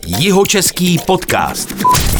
Jihočeský podcast.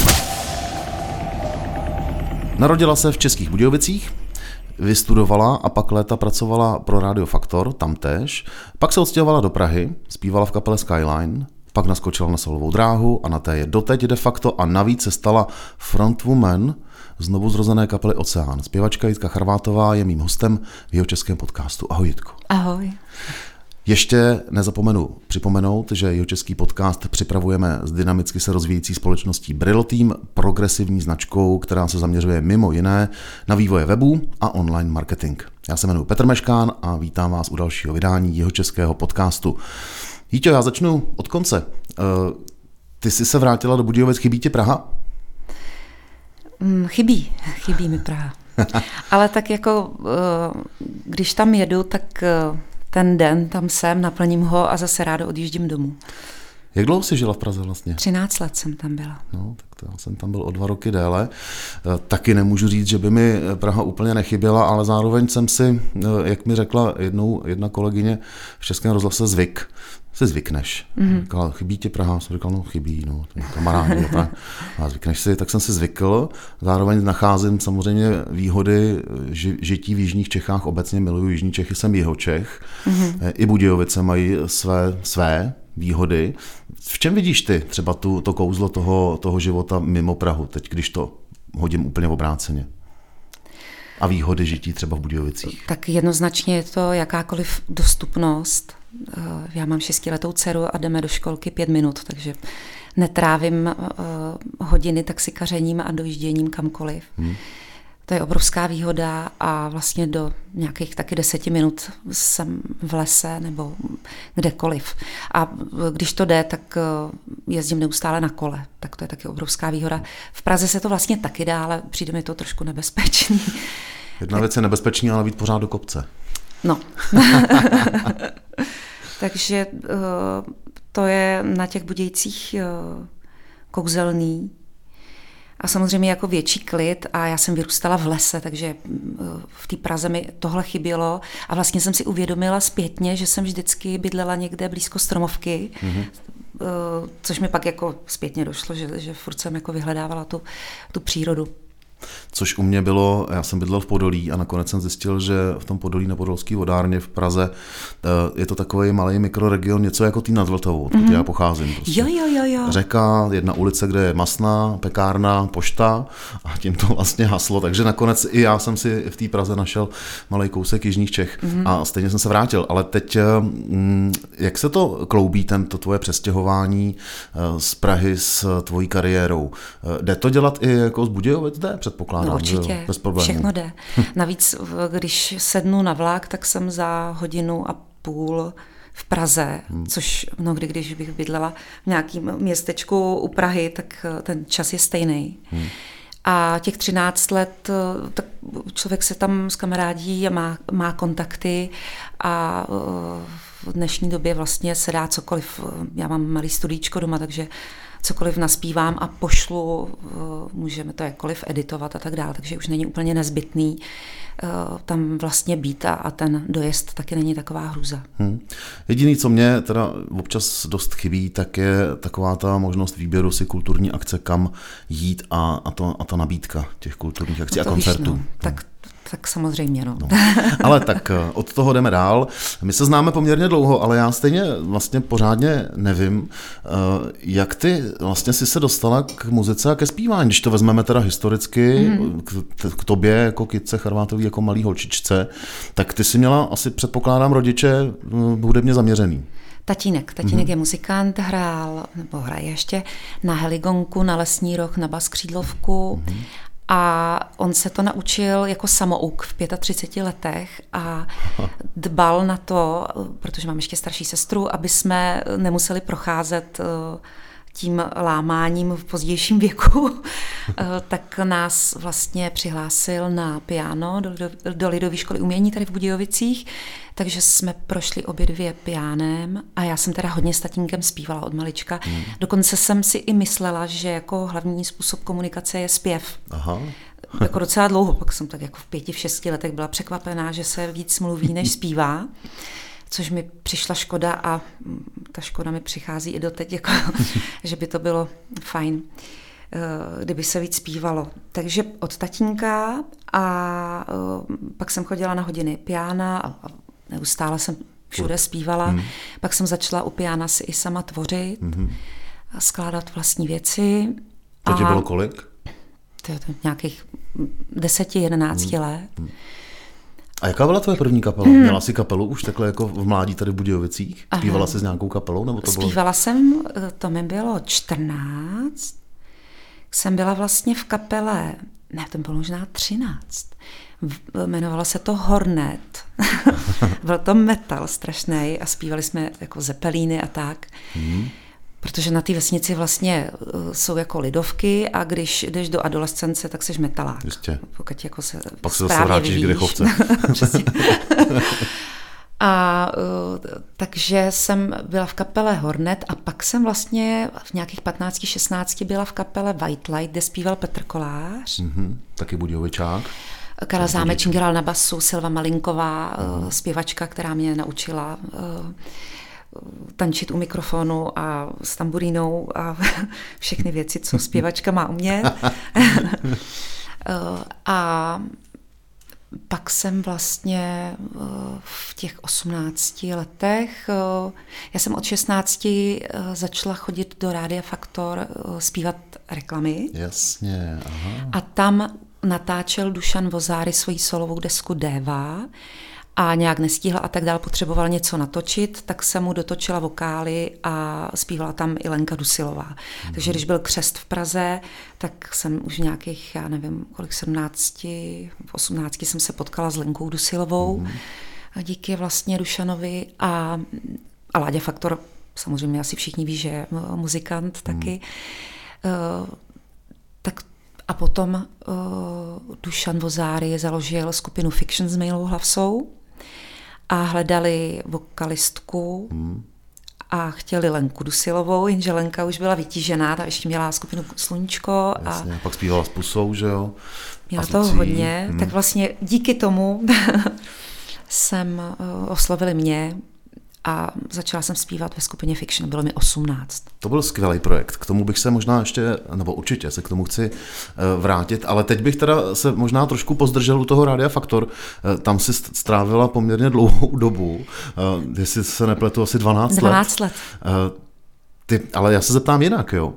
Narodila se v Českých Budějovicích, vystudovala a pak léta pracovala pro Radio Faktor, tamtéž. Pak se odstěhovala do Prahy, zpívala v kapele Skyline, pak naskočila na solovou dráhu a na té je doteď de facto a navíc se stala frontwoman znovu zrozené kapely Oceán. Zpěvačka Jitka Charvátová je mým hostem v Jihočeském podcastu. Ahoj, Jitko. Ahoj. Ještě nezapomenu připomenout, že Jihočeský podcast připravujeme s dynamicky se rozvíjející společností Brillo Team, progresivní značkou, která se zaměřuje mimo jiné na vývoje webu a online marketing. Já se jmenuji Petr Meškán a vítám vás u dalšího vydání Jihočeského podcastu. Jíťo, já začnu od konce. Ty jsi se vrátila do Budějovic, chybí ti Praha? Chybí mi Praha. Ale tak jako, když tam jedu, tak ten den tam jsem, naplním ho a zase rádo odjíždím domů. Jak dlouho jsi žila v Praze vlastně? 13 let jsem tam byla. No, tak to já jsem tam byl o 2 roky déle. Taky nemůžu říct, že by mi Praha úplně nechyběla, ale zároveň jsem si, jak mi řekla jedna kolegyně v Českém rozhlase, si zvykneš. Říkala, chybí ti Praha? Jsem říkal, no chybí, no, kamarádi. A zvykneš si, tak jsem si zvykl. Zároveň nacházím samozřejmě výhody žití v jižních Čechách. Obecně miluju jižní Čechy, jsem Jihočech. I Budějovice mají své výhody. V čem vidíš ty třeba to kouzlo toho života mimo Prahu, teď když to hodím úplně obráceně? A výhody žití třeba v Budějovicích? Tak jednoznačně je to jakákoliv dostupnost. Já mám 6letou dceru a jdeme do školky 5 minut, takže netrávím hodiny taxikařením a dojížděním kamkoliv. To je obrovská výhoda a vlastně do nějakých taky 10 minut jsem v lese nebo kdekoliv. A když to jde, tak jezdím neustále na kole, tak to je taky obrovská výhoda. V Praze se to vlastně taky dá, ale přijde mi to trošku nebezpečný. Jedna věc je nebezpečný, ale být pořád do kopce. No. Takže to je na těch Budějcích kouzelný. A samozřejmě jako větší klid a já jsem vyrůstala v lese, takže v té Praze mi tohle chybělo a vlastně jsem si uvědomila zpětně, že jsem vždycky bydlela někde blízko stromovky, což mi pak jako zpětně došlo, že furt jsem jako vyhledávala tu přírodu. Což u mě bylo, já jsem bydlel v Podolí a nakonec jsem zjistil, že v tom Podolí na Podolské vodárně v Praze je to takový malý mikroregion, něco jako tý nad Vltavou, odkud já pocházím. Prostě. Jo. Řeka, jedna ulice, kde je masna, pekárna, pošta a tím to vlastně haslo. Takže nakonec i já jsem si v té Praze našel malý kousek jižních Čech a stejně jsem se vrátil. Ale teď, jak se to kloubí, to tvoje přestěhování z Prahy s tvojí kariérou? Jde to dělat i jako z Budějovic? Předpokládám, no určitě, bez problémů. Všechno jde. Navíc, když sednu na vlak, tak jsem za 1,5 hodiny v Praze, což mnohdy, když bych bydlela v nějakém městečku u Prahy, tak ten čas je stejný. A těch 13 let, tak člověk se tam skamarádí a má kontakty a v dnešní době vlastně se dá cokoliv. Já mám malý studíčko doma, takže cokoliv naspívám a pošlu, můžeme to jakkoliv editovat a tak dále, takže už není úplně nezbytný tam vlastně být a ten dojezd taky není taková hrůza. Jediný, co mě teda občas dost chybí, tak je taková ta možnost výběru si kulturní akce, kam jít a ta nabídka těch kulturních akcí a koncertů. Tak samozřejmě, no. Ale tak od toho jdeme dál. My se známe poměrně dlouho, ale já stejně vlastně pořádně nevím, jak ty vlastně si se dostala k muzice a ke zpívání, když to vezmeme teda historicky k tobě jako Jitce Charvátový, jako malý holčičce, tak ty si měla asi, předpokládám, rodiče hudebně zaměřený. Tatínek je muzikant, hraje ještě na heligonku, na lesní roh, na bas křídlovku. A on se to naučil jako samouk v 35 letech a dbal na to, protože mám ještě starší sestru, aby jsme nemuseli procházet tím lámáním v pozdějším věku, tak nás vlastně přihlásil na piano do Lidové školy umění tady v Budějovicích, takže jsme prošli obě 2 pianem a já jsem teda hodně s tatínkem zpívala od malička. Dokonce jsem si i myslela, že jako hlavní způsob komunikace je zpěv. Aha. Jako docela dlouho, pak jsem tak jako v 5, 6 letech byla překvapená, že se víc mluví, než zpívá. což mi přišla škoda a ta škoda mi přichází i doteď, jako, že by to bylo fajn, kdyby se víc zpívalo. Takže od tatínka a pak jsem chodila na hodiny piána a neustále jsem všude zpívala. Pak jsem začala u piána si i sama tvořit a skládat vlastní věci. To ti bylo kolik? To je nějakých 10-11 let. A jaká byla tvoje první kapela? Měla jsi kapelu už takhle jako v mládí tady v Budějovicích? Zpívala jsi s nějakou kapelou? Nebo to bylo... Zpívala jsem, to mi bylo 14. Jsem byla vlastně v kapele, ne, to bylo možná 13. Jmenovalo se to Hornet. Byl to metal strašnej a zpívali jsme jako Zeppelíny a tak. Protože na té vesnici vlastně jsou jako lidovky a když jdeš do adolescence, tak seš metalák. Jistě. Pokud jako se pak se zase vrátíš k Dechovce. A takže jsem byla v kapele Hornet a pak jsem vlastně v nějakých 15-16 byla v kapele White Light, kde zpíval Petr Kolář. Taky Budějovičák. Karel Zámečník hrál na basu, Silva Malinková, zpěvačka, která mě naučila tančit u mikrofonu a s tamburínou a všechny věci, co zpěvačka má umět. A pak jsem vlastně v těch 18 letech, já jsem od 16 začala chodit do Rádia Faktor zpívat reklamy. Jasně, aha. A tam natáčel Dušan Vozáry svoji solovou desku Déva a nějak nestihla a tak dál, potřeboval něco natočit, tak jsem mu dotočila vokály a zpívala tam i Lenka Dusilová. Takže když byl křest v Praze, tak jsem už nějakých, já nevím, kolik 17, 18 jsem se potkala s Lenkou Dusilovou a díky vlastně Dušanovi a Láďa Faktor, samozřejmě asi všichni ví, že je muzikant taky. A potom Dušan Vozáry založil skupinu Fiction s Mejlou Hlavsou a hledali vokalistku a chtěli Lenku Dusilovou, jenže Lenka už byla vytížená, ta ještě měla skupinu Sluníčko. Jasně, a pak zpívala s Pusou, že jo? Měla toho hodně, tak vlastně díky tomu oslovili mě a začala jsem zpívat ve skupině Fiction, bylo mi 18. To byl skvělý projekt, k tomu bych se možná ještě, nebo určitě se k tomu chci vrátit, ale teď bych teda se možná trošku pozdržel u toho Rádia Faktor, tam si strávila poměrně dlouhou dobu, jestli se nepletu, asi 12 let. Ale já se zeptám jinak, jo.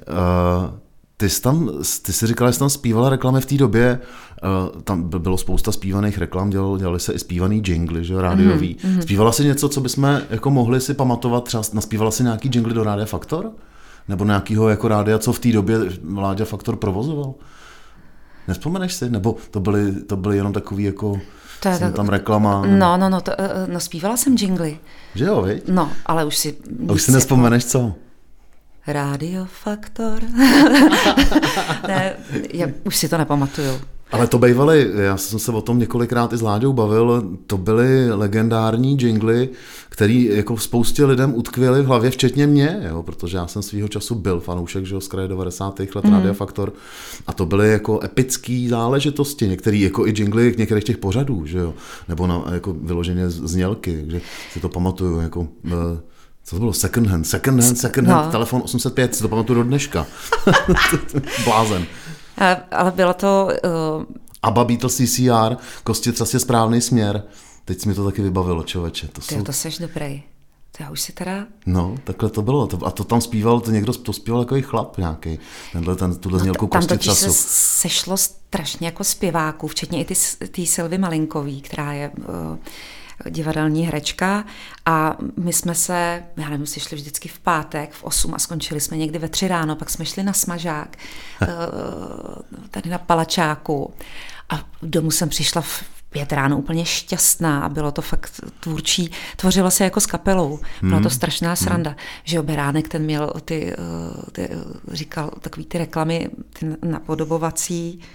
Ty jsi říkala, že jsi tam zpívala reklamy v té době, tam bylo spousta zpívaných reklam, dělali se i zpívaný jingly, že rádiový. Zpívala jsi něco, co bychom jako mohli si pamatovat, třeba naspívala si nějaký jingly do Rádia Faktor? Nebo nějakýho jako rádia, co v té době Rádia Faktor provozoval? Nevzpomeneš si? Nebo to byly jenom takový jako tam reklama? No, zpívala jsem jingly. Že jo, viď? No, ale už si nevzpomeneš co? Rádio Faktor. Ne, já už si to nepamatuju. Ale to bývaly, já jsem se o tom několikrát i s Láďou bavil, to byly legendární jingly, který jako spoustě lidem utkvěly v hlavě, včetně mě, jo, protože já jsem svýho času byl fanoušek, že jo, z kraje 90. let Rádia Faktor a to byly jako epický záležitosti, některý jako i jingly některých těch pořadů, že jo, nebo jako vyloženě znělky, takže si to pamatuju, jako... Co to bylo? Second hand, telefon 805, si to pamatuju do dneška. Blázen. Ale bylo to... ABBA, Beatles, CCR, Kosti třas je správný směr. Teď jsi mi to taky vybavilo, člověče. To seš dobrý. To já už si teda... No, takhle to bylo. A to tam zpíval, to zpíval takový chlap nějaký. Tuhle znělku Kosti třasu. Tam se sešlo strašně jako zpěváků, včetně i ty Silvy Malinkový, která je... divadelní herečka a my jsme se, já nevím, šli vždycky v pátek v 8 a skončili jsme někdy ve 3 ráno, pak jsme šli na smažák tady na Palačáku a domů jsem přišla v 5 ráno úplně šťastná a bylo to fakt tvůrčí, tvořilo se jako s kapelou, byla to strašná sranda, že jo, Beránek ten měl ty říkal takový ty reklamy, ty napodobovací,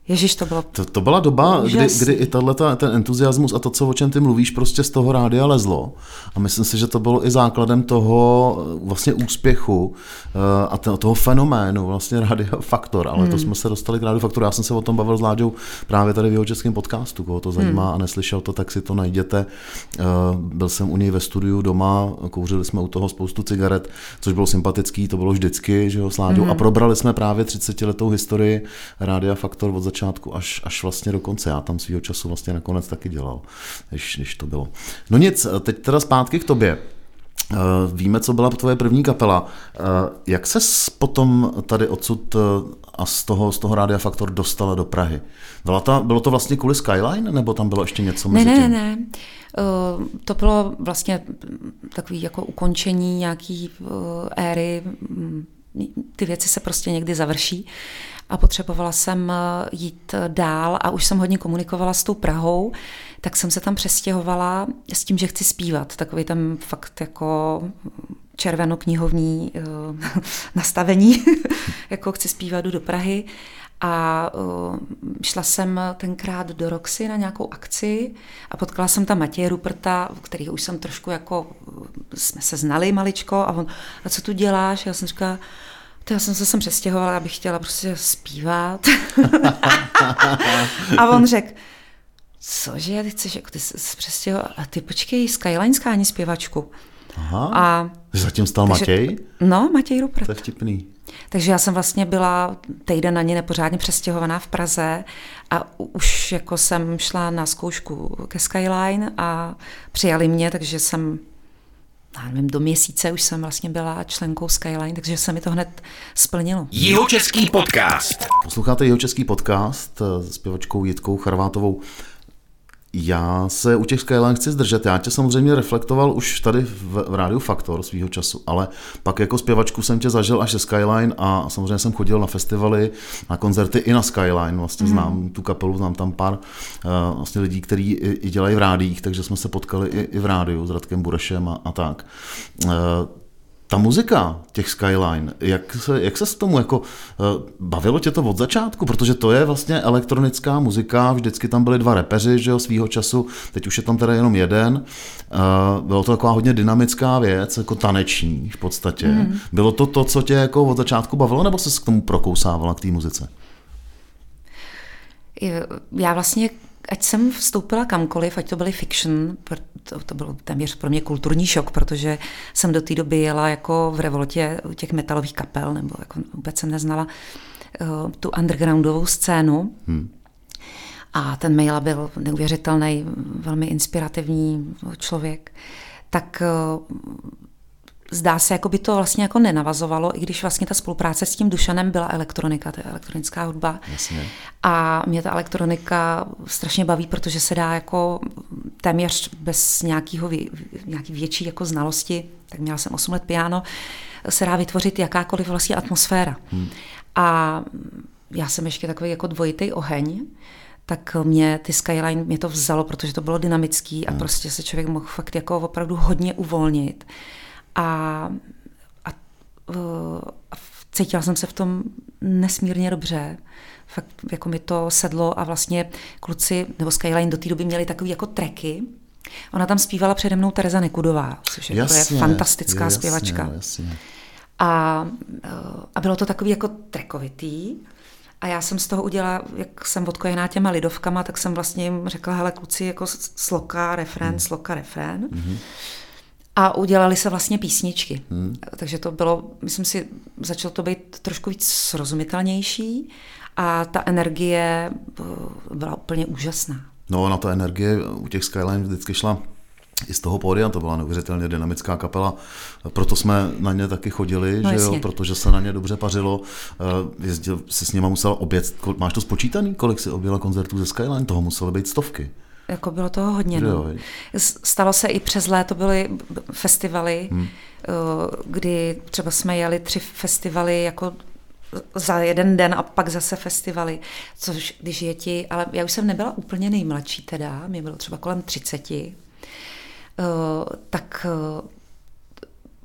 Ježiš, to bylo To byla doba, kdy i ten entuziasmus a to, o čem ty mluvíš, prostě z toho rádia lezlo. A myslím si, že to bylo i základem toho vlastně úspěchu a toho fenoménu vlastně Rádia Faktor. Ale to jsme se dostali k Rádiu Faktor. Já jsem se o tom bavil s Láďou právě tady v jeho českém podcastu. Koho to zajímá a neslyšel to, tak si to najděte. Byl jsem u něj ve studiu doma, kouřili jsme u toho spoustu cigaret, což bylo sympatický, to bylo vždycky, že jo, s Láďou. A probrali jsme právě 30letou historii Rádia Faktor od začátku až vlastně do konce. Já tam svýho času vlastně nakonec taky dělal, když to bylo. No nic, teď teda zpátky k tobě. Víme, co byla tvoje první kapela. Jak ses potom tady odsud a z toho Rádia Faktor dostala do Prahy? Bylo to vlastně kvůli Skyline, nebo tam bylo ještě něco mezi tím? Ne. To bylo vlastně takový jako ukončení nějaký éry. Ty věci se prostě někdy završí a potřebovala jsem jít dál a už jsem hodně komunikovala s tou Prahou, tak jsem se tam přestěhovala s tím, že chci zpívat. Takový tam fakt jako červenoknihovní nastavení, jako chci zpívat, jdu do Prahy. A šla jsem tenkrát do Roxy na nějakou akci a potkala jsem tam Matěje Ruperta, kterýho už jsem trošku jako, jsme se znali maličko a on, a co tu děláš? Já jsem říkala, já jsem se sem přestěhovala, abych chtěla prostě zpívat. A on řekl, cože, ty chceš, jako ty se přestěhovala, a ty počkej, Skyline skání zpěvačku. Aha, a zatím stal Matěj? No, Matěj Rupert. To je vtipný. Takže já jsem vlastně byla týden na ně nepořádně přestěhovaná v Praze a už jako jsem šla na zkoušku ke Skyline a přijali mě, takže jsem, nevím, do měsíce už jsem vlastně byla členkou Skyline, takže se mi to hned splnilo. Jihočeský podcast. Posloucháte Jihočeský podcast s zpěvačkou Jitkou Charvátovou. Já se u těch Skyline chci zdržet. Já tě samozřejmě reflektoval už tady v Rádiu Faktor svýho času, ale pak jako zpěvačku jsem tě zažil až ze Skyline a samozřejmě jsem chodil na festivaly, na koncerty i na Skyline. Vlastně znám tu kapelu, znám tam pár vlastně lidí, kteří i dělají v rádiích, takže jsme se potkali i v rádiu s Radkem Burešem a tak. Ta muzika těch Skyline, jak se s tomu jako bavilo tě to od začátku? Protože to je vlastně elektronická muzika, vždycky tam byli dva rapeři, že jo, svýho času, teď už je tam teda jenom jeden. Bylo to taková hodně dynamická věc, jako taneční v podstatě. Bylo to, co tě jako od začátku bavilo, nebo jsi se k tomu prokousávala k té muzice? Já vlastně, ať jsem vstoupila kamkoliv, ať to byly fiction, to byl téměř pro mě kulturní šok, protože jsem do té doby jela jako v revoltě těch metalových kapel, nebo jako vůbec jsem neznala tu undergroundovou scénu. A ten Mejla byl neuvěřitelný, velmi inspirativní člověk. Tak zdá se, jako by to vlastně jako nenavazovalo, i když vlastně ta spolupráce s tím Dušanem byla elektronika, to je elektronická hudba. Jasně. A mě ta elektronika strašně baví, protože se dá jako téměř bez nějaký větší jako znalosti, tak měla jsem 8 let piano, se dá vytvořit jakákoliv vlastně atmosféra. A já jsem ještě takový jako dvojitý oheň, tak ty Skyline mě to vzalo, protože to bylo dynamický a prostě se člověk mohl fakt jako opravdu hodně uvolnit. A cítila jsem se v tom nesmírně dobře. Fakt jako mi to sedlo a vlastně kluci, nebo Skyline do té doby měli takový jako tracky. Ona tam zpívala přede mnou Tereza Nekudová, což je fantastická zpěvačka. Jasně. A bylo to takový jako trackovitý. A já jsem z toho udělala, jak jsem odkojená těma lidovkama, tak jsem vlastně jim řekla, hele kluci, jako sloka, refrén. A udělali se vlastně písničky. Takže to bylo, myslím si, začalo to být trošku víc srozumitelnější a ta energie byla úplně úžasná. No, na ta energie u těch Skyline vždycky šla i z toho pódia, to byla neuvěřitelně dynamická kapela, proto jsme na ně taky chodili, že jo, protože se na ně dobře pařilo. Jezdil si s nima musel objet, máš to spočítaný, kolik si objela koncertů ze Skyline? Toho muselo být stovky. Jako bylo toho hodně. No. Stalo se i přes léto, byly festivaly, kdy třeba jsme jeli 3 festivaly jako za jeden den a pak zase festivaly, což když je ale já už jsem nebyla úplně nejmladší teda, mě bylo třeba kolem 30, tak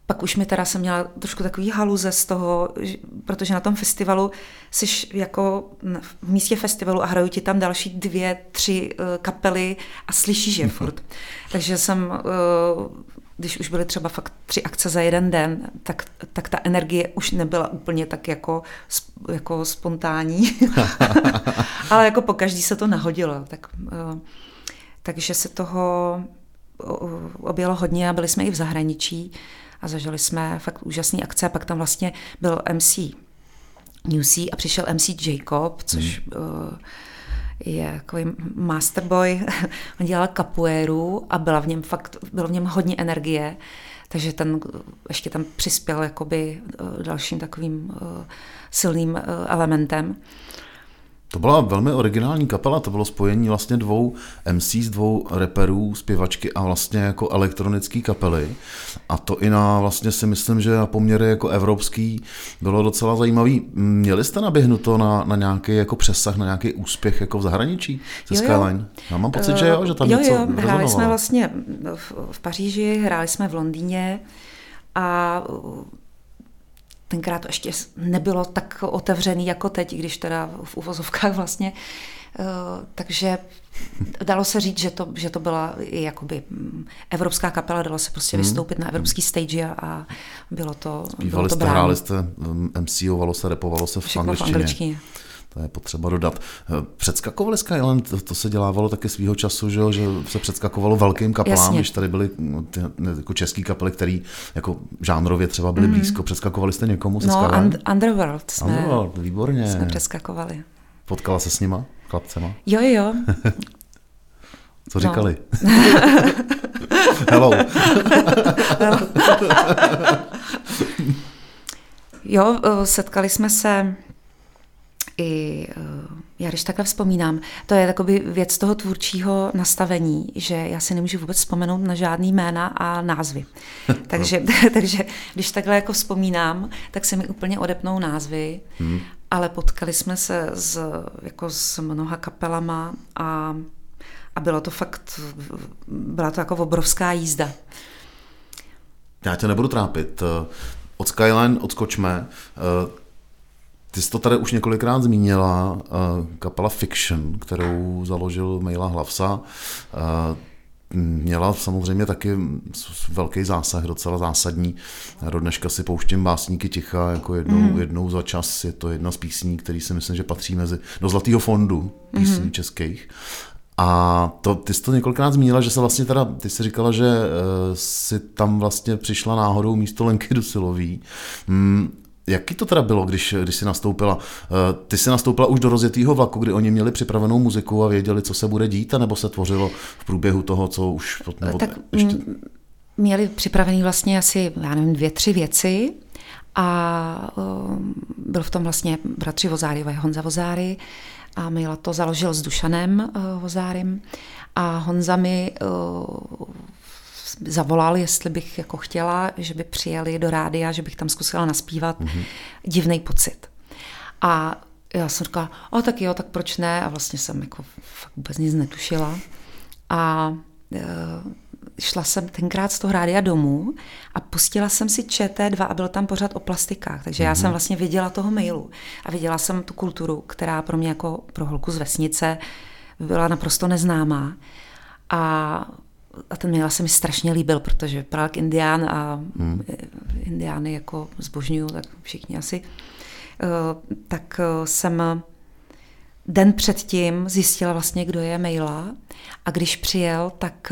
pak už mi teda jsem měla trošku takový haluze z toho, protože na tom festivalu jsi jako v místě festivalu a hrajou ti tam další 2, 3 kapely a slyšíš je furt. Takže jsem, když už byly třeba fakt 3 akce za jeden den, tak ta energie už nebyla úplně tak jako spontánní. Ale jako pokaždý se to nahodilo. Takže se toho objelo hodně a byli jsme i v zahraničí a zažili jsme fakt úžasné akce. A pak tam vlastně byl MC Newsy a přišel MC Jacob, což je takový masterboy. On dělal capoeiru a bylo v něm hodně energie, takže ten ještě tam přispěl jakoby dalším takovým silným elementem. To byla velmi originální kapela, to bylo spojení vlastně 2 MCs, 2 rapperů, zpěvačky a vlastně jako elektronické kapely. A to i na vlastně si myslím, že na poměry jako evropský bylo docela zajímavý. Měli jste naběhnuto na nějaký jako přesah, na nějaký úspěch jako v zahraničí se Skyline? Já mám pocit, že jo, že tam něco rezonovalo. Hráli jsme vlastně v Paříži, hráli jsme v Londýně a tenkrát to ještě nebylo tak otevřený jako teď, když teda v uvozovkách vlastně. Takže dalo se říct, že to byla i jakoby evropská kapela, dalo se prostě vystoupit na evropský stage a bylo to Zpívali jste, hráli jste, MCovalo se, repovalo se v angličtině. To je potřeba dodat. Předskakovali Skyline, to se dělávalo taky svýho času, že se předskakovalo velkým kapelám, jasně. Když tady byly ty jako český kapely, který jako žánrově třeba byly blízko. Předskakovali jste někomu se Skyline? Underworld výborně. Jsme předskakovali. Potkala se s nima, chlapcema? Jo. Co říkali? Hello. Jo, setkali jsme se já když takhle vzpomínám, to je takový věc toho tvůrčího nastavení, že já si nemůžu vůbec vzpomenout na žádný jména a názvy. Takže když takhle jako vzpomínám, tak se mi úplně odepnou názvy, ale potkali jsme se s mnoha kapelama a bylo to fakt, byla to jako obrovská jízda. Já tě nebudu trápit. Od Skyline odskočme. Ty jsi to tady už několikrát zmínila, kapela Fiction, kterou založil Mejla Hlavsa. Měla samozřejmě taky velký zásah, docela zásadní. Do dneška si pouštím Básníky ticha jako jednou za čas. Je to jedna z písní, který si myslím, že patří do Zlatého fondu písní českých. A ty jsi to několikrát zmínila, že se vlastně teda, ty jsi říkala, že si tam vlastně přišla náhodou místo Lenky Dusilový. Jaký to teda bylo, když jsi nastoupila? Ty jsi nastoupila už do rozjetého vlaku, kdy oni měli připravenou muziku a věděli, co se bude dít, anebo se tvořilo v průběhu toho, co už... Měli připravený vlastně asi, 2, 3 věci a byl v tom vlastně bratři Vozáryové, Honza Vozáry a Mejla to založil s Dušanem Vozárym a Honza mi zavolal, jestli bych jako chtěla, že by přijeli do rádia, že bych tam zkusila naspívat. Divnej pocit. A já jsem říkala, tak proč ne? A vlastně jsem jako fakt vůbec nic netušila. A šla jsem tenkrát z toho rádia domů a pustila jsem si ČT2 a byl tam pořad o plastikách. Takže já jsem vlastně viděla toho Mejlu a viděla jsem tu kulturu, která pro mě jako pro holku z vesnice byla naprosto neznámá. A ten Mejla se mi strašně líbil, protože vypadal jak indián a indiány jako zbožňuju, tak všichni asi. Tak jsem den předtím zjistila vlastně, kdo je Mejla a když přijel, tak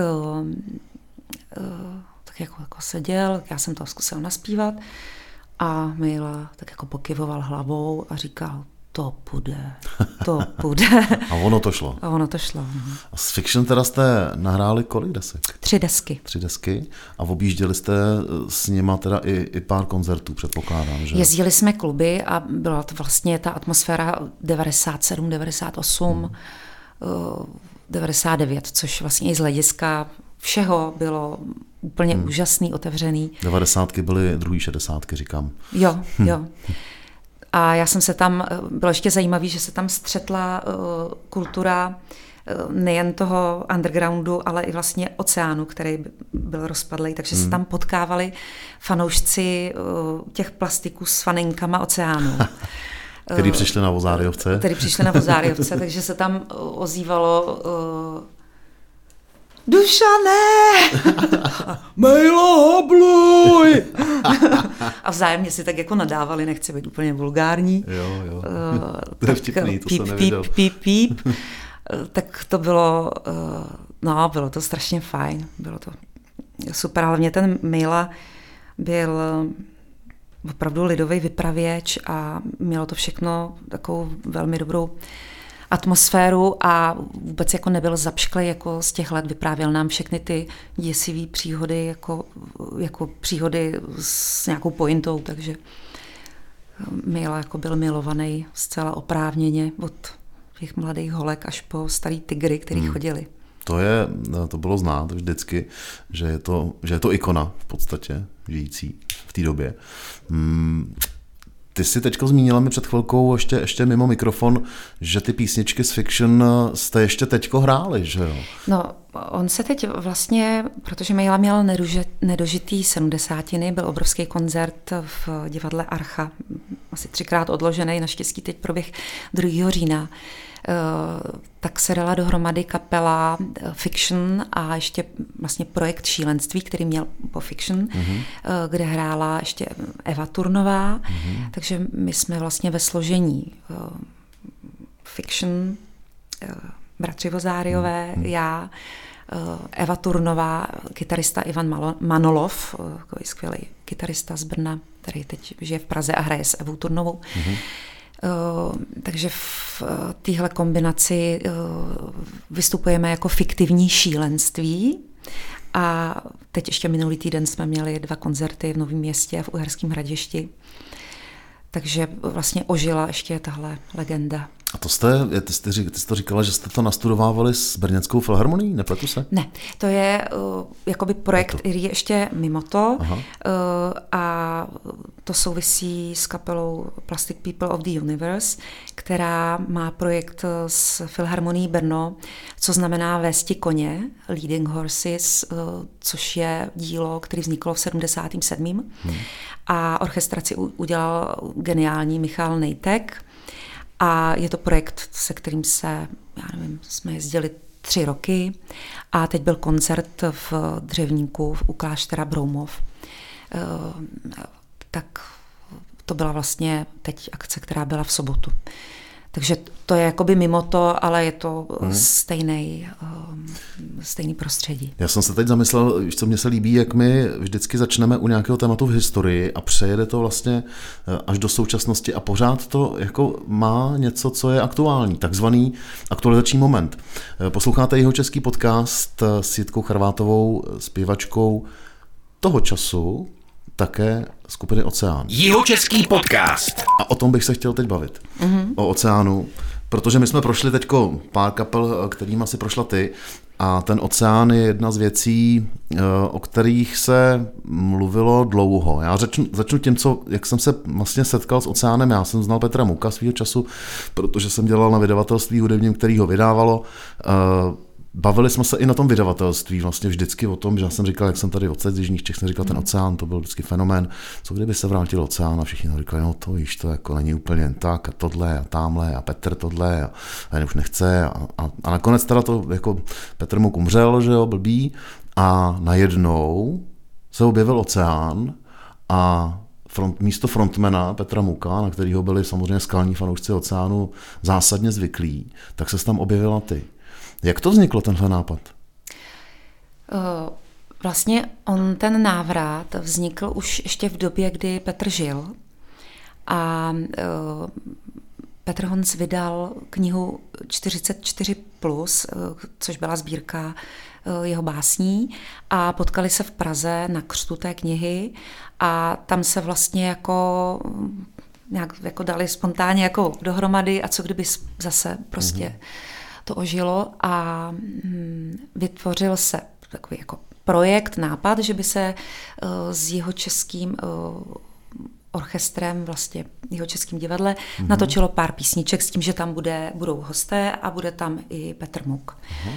jako seděl, já jsem to zkusila naspívat a Mejla tak jako pokyvoval hlavou a říkal, to půjde. A ono to šlo. A s Fiction teda jste nahráli kolik desek? 3 desky. 3 desky a objížděli jste s nima teda i pár koncertů, předpokládám, že? Jezdili jsme kluby a byla to vlastně ta atmosféra 97, 98, 99, což vlastně i z hlediska všeho bylo úplně úžasný, otevřený. 90 byly druhý 60, říkám. Jo. A já jsem se tam, bylo ještě zajímavé, že se tam střetla kultura nejen toho undergroundu, ale i vlastně oceánu, který byl rozpadlý, takže se tam potkávali fanoušci těch plastiků s faninkama oceánu. Který přišli na Vozáriovce. Takže se tam ozývalo Dušané! Mejlo, habluj! A vzájemně si tak jako nadávali, nechci být úplně vulgární. Jo. To je vtipný, to jsem neviděl. Píp. Tak to bylo, bylo to strašně fajn, bylo to super, hlavně ten Mejla byl opravdu lidový vypravěč a mělo to všechno takovou velmi dobrou atmosféru a vůbec jako nebyl zapšklej jako z těch let, vyprávěl nám všechny ty děsivý příhody jako příhody s nějakou pointou, takže Mejla jako byl milovaný zcela oprávněně od těch mladých holek až po starý tygry, který chodili. To bylo znát vždycky, že je to ikona v podstatě žijící v té době. Ty jsi teďko zmínila mi před chvilkou ještě mimo mikrofon, že ty písničky z Fiction jste ještě teďko hráli, že jo? No, on se teď vlastně, protože Mejla měl nedožitý 70. byl obrovský koncert v divadle Archa, asi 3krát odložený, naštěstí teď proběh 2. října. Tak se dala dohromady kapela Fiction a ještě vlastně projekt Šílenství, který měl po Fiction, kde hrála ještě Eva Turnová, takže my jsme vlastně ve složení Fiction, bratři Vozáriové, já, Eva Turnová, kytarista Ivan Manolov, takový skvělý kytarista z Brna, který teď žije v Praze a hraje s Evou Turnovou. Takže v téhle kombinaci vystupujeme jako fiktivní šílenství a teď ještě minulý týden jsme měli 2 koncerty v Novém Městě a v Uherském Hradišti. Takže vlastně ožila ještě tahle legenda. A ty jsi to říkala, že jste to nastudovávali s Brněnskou filharmonií, nepletu se? Ne, to je jakoby projekt, který je ještě mimo to a to souvisí s kapelou Plastic People of the Universe, která má projekt s Filharmonií Brno, co znamená Vésti koně, Leading Horses, což je dílo, které vzniklo v 77. A orchestraci udělal geniální Michal Nejtek. A je to projekt, se kterým jsme jezdili 3 roky a teď byl koncert v Dřevníku u kláštera Broumov. Tak to byla vlastně teď akce, která byla v sobotu. Takže to je jakoby mimo to, ale je to stejný prostředí. Já jsem se teď zamyslel, co mně se líbí, jak my vždycky začneme u nějakého tématu v historii a přejede to vlastně až do současnosti a pořád to jako má něco, co je aktuální, takzvaný aktualizační moment. Posloucháte Jihočeský podcast s Jitkou Charvátovou, zpěvačkou toho času, také skupiny Oceán. Jihočeský podcast. A o tom bych se chtěl teď bavit. O Oceánu, protože my jsme prošli teďko pár kapel, kterým asi prošla ty, a ten Oceán je jedna z věcí, o kterých se mluvilo dlouho. Já začnu tím, jak jsem se vlastně setkal s Oceánem. Já jsem znal Petra Muka svýho času, protože jsem dělal na vydavatelství hudebním, který ho vydávalo. Bavili jsme se i na tom vydavatelství vlastně vždycky o tom, že já jsem říkal, jak jsem tady odsaď z Jižních Čech, jsem říkal, ten Oceán, to byl vždycky fenomén. Co kdyby se vrátil Oceán a všichni říkali, no to již to jako není úplně jen tak a tohle a tamhle a Petr tohle a už nechce a nakonec teda to jako Petr Muk umřel, že jo, blbý a najednou se objevil Oceán a místo frontmana Petra Muka, na kterého byli samozřejmě skalní fanoušci Oceánu zásadně zvyklí, tak se tam objevila ty. Jak to vzniklo, tenhle nápad? Vlastně ten návrat vznikl už ještě v době, kdy Petr žil. A Petr Honc vydal knihu 44+, což byla sbírka jeho básní a potkali se v Praze na křtu té knihy a tam se vlastně nějak jako dali spontánně jako dohromady a co kdyby zase prostě to ožilo a vytvořil se takový jako projekt, nápad, že by se s jihočeským orchestrem vlastně v Jihočeském divadle. Natočilo pár písniček s tím, že tam budou hosté a bude tam i Petr Muk.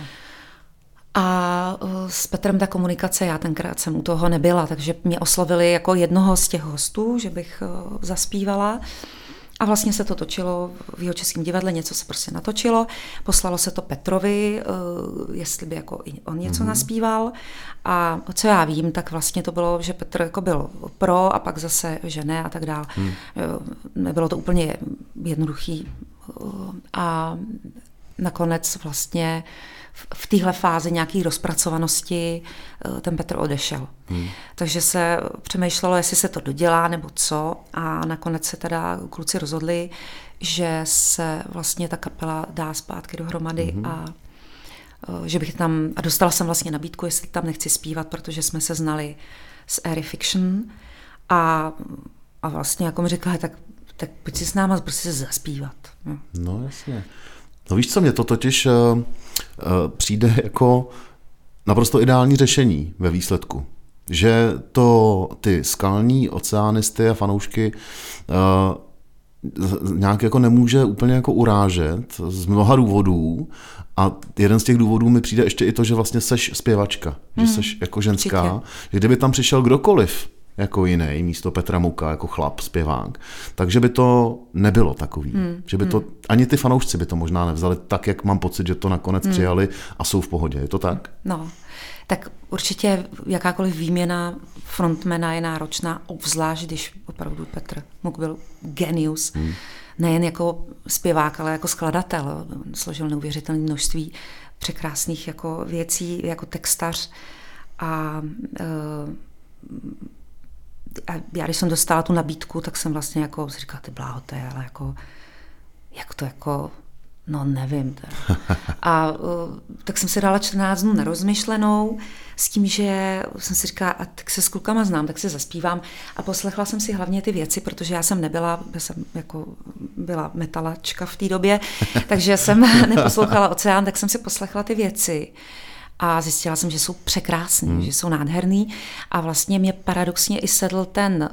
A s Petrem ta komunikace, já tenkrát jsem u toho nebyla, takže mě oslovili jako jednoho z těch hostů, že bych zaspívala. A vlastně se to točilo v Jihočeském divadle, něco se prostě natočilo, poslalo se to Petrovi, jestli by jako on něco naspíval. A co já vím, tak vlastně to bylo, že Petr jako byl pro a pak zase že ne a tak dále. Nebylo to úplně jednoduchý. A nakonec vlastně v téhle fázi nějaké rozpracovanosti ten Petr odešel. Takže se přemýšlelo, jestli se to dodělá nebo co, a nakonec se teda kluci rozhodli, že se vlastně ta kapela dá zpátky dohromady a že bych tam, a dostala jsem vlastně nabídku, jestli tam nechci zpívat, protože jsme se znali z Airy Fiction a vlastně jako mi říkala, tak pojď si s náma prostě zaspívat. No jasně. No víš co, mě to totiž přijde jako naprosto ideální řešení ve výsledku. Že to ty skalní oceánisty a fanoušky nějak jako nemůže úplně jako urážet z mnoha důvodů, a jeden z těch důvodů mi přijde ještě i to, že vlastně seš zpěvačka, že seš jako ženská, určitě. Že kdyby tam přišel kdokoliv jako jiný, místo Petra Muka, jako chlap, zpěvák, takže by to nebylo takový. Že by to, ani ty fanoušci by to možná nevzali tak, jak mám pocit, že to nakonec přijali a jsou v pohodě. Je to tak? No, tak určitě jakákoliv výměna frontmana je náročná, obzvlášť, když opravdu Petr Muk byl genius. Nejen jako zpěvák, ale jako skladatel. Složil neuvěřitelné množství překrásných jako věcí, jako textař. A já, když jsem dostala tu nabídku, tak jsem vlastně jako si říkala, ty bláho, to je, ale jako, jak to jako, no nevím. Teda. A tak jsem si dala 14 dnů nerozmyšlenou s tím, že jsem si říkala, a tak se s klukama znám, tak se zaspívám, a poslechla jsem si hlavně ty věci, protože já jsem byla metalačka v té době, takže jsem neposlouchala Oceán, tak jsem si poslechla ty věci. A zjistila jsem, že jsou překrásný, že jsou nádherný, a vlastně mě paradoxně i sedl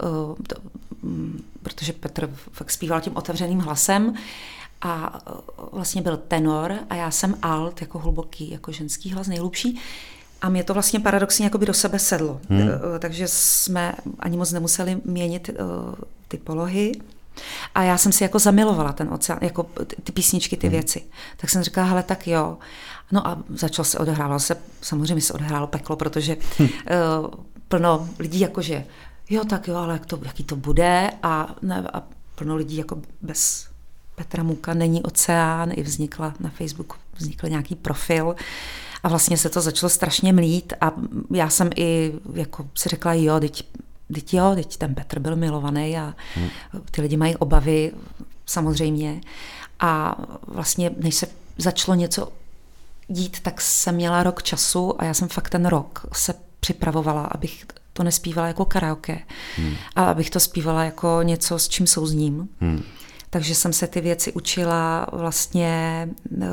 protože Petr fakt zpíval tím otevřeným hlasem a vlastně byl tenor a já jsem alt, jako hluboký, jako ženský hlas, nejhlubší, a mě to vlastně paradoxně jakoby do sebe sedlo. Takže jsme ani moc nemuseli měnit ty polohy. A já jsem si jako zamilovala ten oceán, jako ty písničky, ty věci. Tak jsem říkala, hele, tak jo. No a samozřejmě se odehrálo peklo, protože plno lidí jakože, jo, tak jo, ale jaký to bude, a plno lidí jako bez Petra Muka není Oceán, i na Facebooku vznikl nějaký profil a vlastně se to začalo strašně mlít, a já jsem i jako si řekla, jo, teď ten Petr byl milovaný a ty lidi mají obavy, samozřejmě. A vlastně, než se začalo něco dít, tak jsem měla rok času a já jsem fakt ten rok se připravovala, abych to nespívala jako karaoke, a abych to zpívala jako něco, s čím souzním. Takže jsem se ty věci učila vlastně.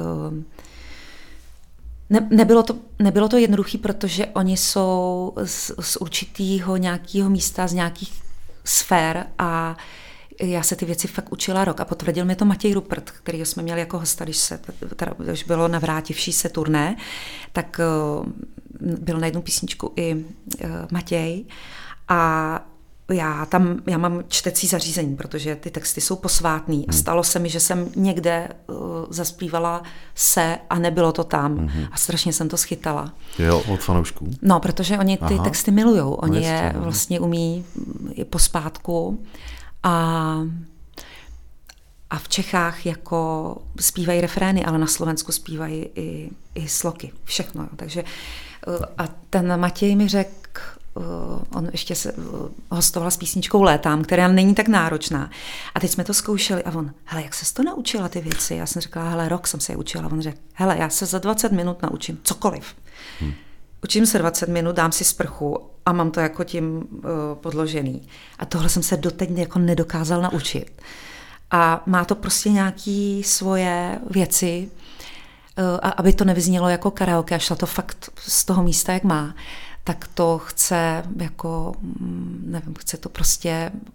Nebylo to jednoduché, protože oni jsou z určitého nějakého místa, z nějakých sfér, a já se ty věci fakt učila rok, a potvrdil mi to Matěj Rupert, kterýho jsme měli jako hosta, když bylo navrátivší se turné, tak byl na jednu písničku i Matěj, a já mám čtecí zařízení, protože ty texty jsou posvátný, a stalo se mi, že jsem někde zaspívala se a nebylo to tam, a strašně jsem to schytala. Jo, od fanoušků. No, protože oni ty texty milujou, oni je vlastně umí pospátku, a v Čechách jako zpívají refrény, ale na Slovensku zpívají i sloky, všechno. Jo. Takže a ten Matěj mi řekl, on ještě se hostoval s písničkou Létám, která není tak náročná. A teď jsme to zkoušeli a on, hele, jak ses to naučila ty věci? Já jsem řekla, hele, rok jsem se je učila. On řekl, hele, já se za 20 minut naučím cokoliv. Učím se 20 minut, dám si sprchu a mám to jako tím podložený. A tohle jsem se doteď jako nedokázal naučit. A má to prostě nějaké svoje věci, a aby to nevyznělo jako karaoke a šla to fakt z toho místa, jak má, tak to chce jako, nevím, chce to prostě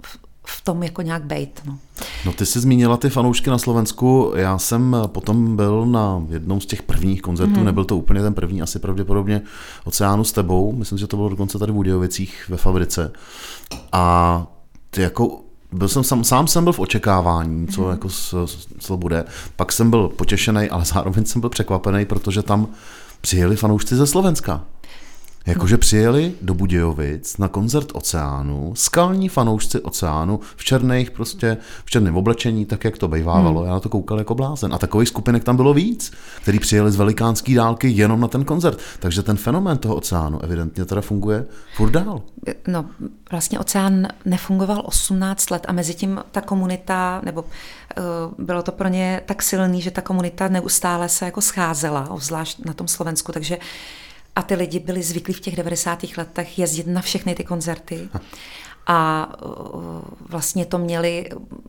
v tom jako nějak bejt. No ty jsi zmínila ty fanoušky na Slovensku, já jsem potom byl na jednom z těch prvních koncertů, nebyl to úplně ten první, asi pravděpodobně Oceánu s tebou, myslím, že to bylo dokonce tady v Budějovicích ve fabrice a ty jako sám jsem byl v očekávání, co bude, pak jsem byl potěšený, ale zároveň jsem byl překvapený, protože tam přijeli fanoušci ze Slovenska. Jakože přijeli do Budějovic na koncert Oceánu, skalní fanoušci Oceánu v černém oblečení, tak jak to bejvávalo. Já na to koukal jako blázen. A takových skupinek tam bylo víc, který přijeli z velikánský dálky jenom na ten koncert. Takže ten fenomén toho Oceánu evidentně teda funguje furt dál. No, vlastně Oceán nefungoval 18 let a mezi tím ta komunita, nebo bylo to pro ně tak silný, že ta komunita neustále se jako scházela, obzvlášť na tom Slovensku, takže a ty lidi byli zvyklí v těch 90. letech jezdit na všechny ty koncerty a vlastně to měli,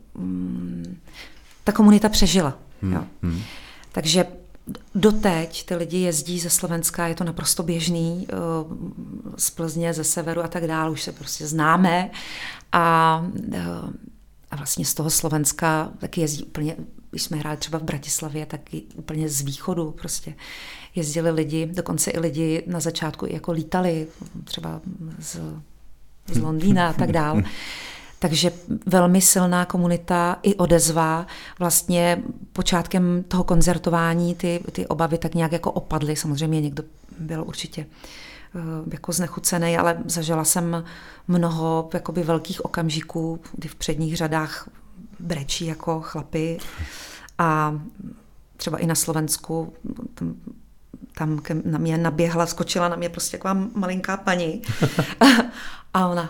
ta komunita přežila. Jo. Takže doteď ty lidi jezdí ze Slovenska, je to naprosto běžný, z Plzně, ze severu a tak dále, už se prostě známe a vlastně z toho Slovenska taky jezdí úplně, když jsme hráli třeba v Bratislavě, tak i úplně z východu prostě jezdili lidi, dokonce i lidi na začátku jako lítali třeba z Londýna a tak dál. Takže velmi silná komunita i odezva. Vlastně počátkem toho koncertování ty obavy tak nějak jako opadly. Samozřejmě někdo byl určitě jako znechucený, ale zažila jsem mnoho jakoby velkých okamžiků, kdy v předních řadách brečí jako chlapi a třeba i na Slovensku tam na mě naběhla, skočila na mě prostě taková malinká paní a ona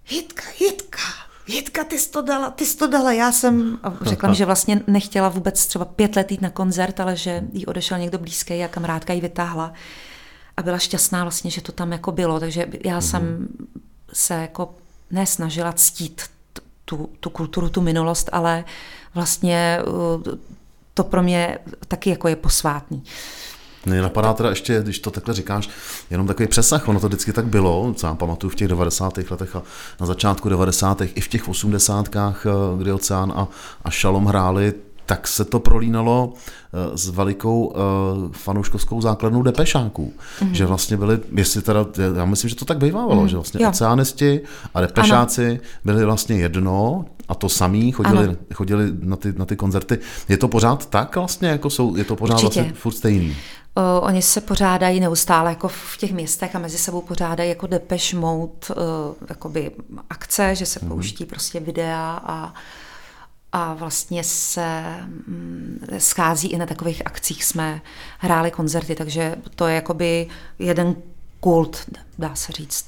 Jitka, ty jsi to dala, já jsem, a řekla mi, že vlastně nechtěla vůbec třeba 5 let jít na koncert, ale že jí odešel někdo blízký a kamarádka ji vytáhla a byla šťastná vlastně, že to tam jako bylo, takže já jsem se jako nesnažila ctít tu kulturu, tu minulost, ale vlastně to pro mě taky jako je posvátný. Mně napadá teda ještě, když to takhle říkáš, jenom takový přesah, ono to vždycky tak bylo, co já pamatuju v těch 90. letech a na začátku 90. i v těch 80. kdy Oceán a Šalom hráli, tak se to prolínalo s velikou fanouškovskou základnou depešáků. Že vlastně byli, jestli teda, já myslím, že to tak bývávalo, že vlastně oceánisti a depešáci byli vlastně jedno a to samý, chodili na ty koncerty. Je to pořád tak vlastně, jako je to pořád vlastně furt stejný? Oni se pořádají neustále jako v těch městech a mezi sebou pořádají jako Depeche Mode jakoby akce, že se pouští prostě videa a vlastně se schází i na takových akcích jsme hráli koncerty, takže to je jakoby jeden kult, dá se říct.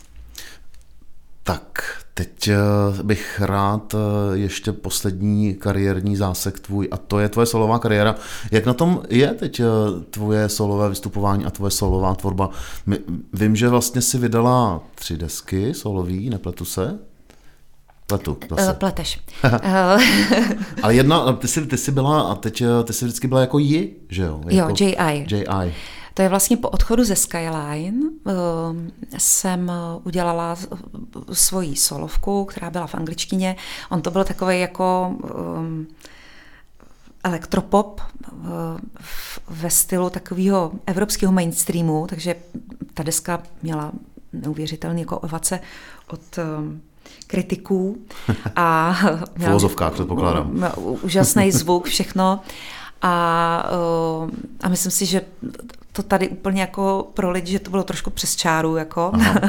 Tak, teď bych rád ještě poslední kariérní zásek tvůj, a to je tvoje solová kariéra. Jak na tom je teď tvoje solové vystupování a tvoje solová tvorba? Vím, že vlastně si vydala 3 desky solový, nepletu se? Pletu, zase. Pleteš. Ale jedna, ty jsi byla, a teď ty jsi vždycky byla jako že jo? Jako J.I. To je vlastně po odchodu ze Skyline jsem udělala svoji solovku, která byla v angličtině. On to byl takový jako elektropop ve stylu takového evropského mainstreamu, takže ta deska měla neuvěřitelný jako ovace od kritiků a v filozofkách předpokládám. Úžasný zvuk, všechno. A myslím si, že to tady úplně jako pro lidi, že to bylo trošku přes čáru. Jako.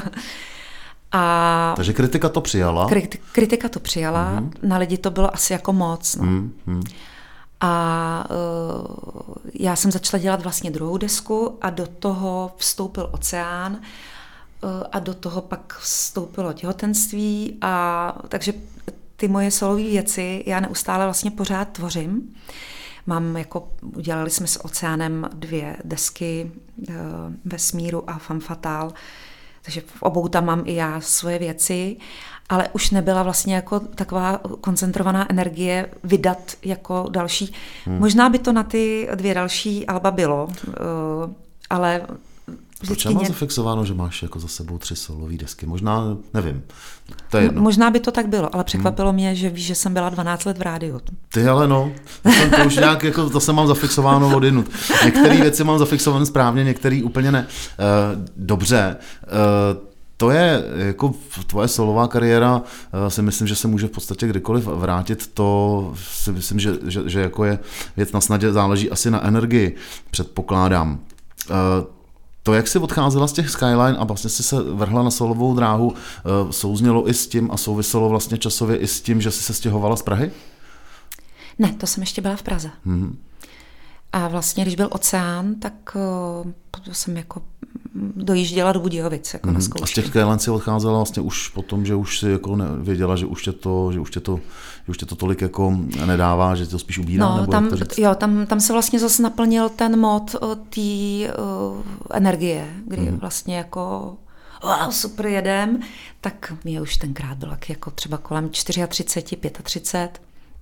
Takže kritika to přijala? Kritika to přijala, na lidi to bylo asi jako moc. No. A já jsem začala dělat vlastně druhou desku a do toho vstoupil Oceán a do toho pak vstoupilo těhotenství takže ty moje solové věci já neustále vlastně pořád tvořím. Udělali jsme s Oceánem 2 desky, Vesmíru a Femme Fatale, takže v obou tam mám i já svoje věci, ale už nebyla vlastně jako taková koncentrovaná energie vydat jako další. Možná by to na ty 2 další alba bylo, ale Proč máš zafixováno, že máš jako za sebou 3 solové desky? Možná, nevím, to je jedno. Možná by to tak bylo, ale překvapilo mě, že víš, že jsem byla 12 let v rádiu. Ty ale no, to už nějak, jako, to jsem mám zafixováno odinut. Některé věci mám zafixované správně, některé úplně ne. Dobře, to je jako tvoje solová kariéra, si myslím, že se může v podstatě kdykoliv vrátit, to si myslím, že jako je věc na snadě, záleží asi na energii, předpokládám. To, jak jsi odcházela z těch Skyline a vlastně si se vrhla na solovou dráhu, souznělo i s tím a souviselo vlastně časově i s tím, že jsi se stěhovala z Prahy? Ne, to jsem ještě byla v Praze. A vlastně, když byl Oceán, tak jsem jako dojížděla do Budějovic jako na zkoušky. A z těch Skyline si odcházela vlastně už potom, že už si jako věděla, že už tě to tolik jako nedává, že to spíš ubírá? No, nebo tam, jak to říct? jo, tam se vlastně zase naplnil ten mod té energie, kdy vlastně jako wow, super jedem, tak mě už tenkrát bylo jako třeba kolem 34, 35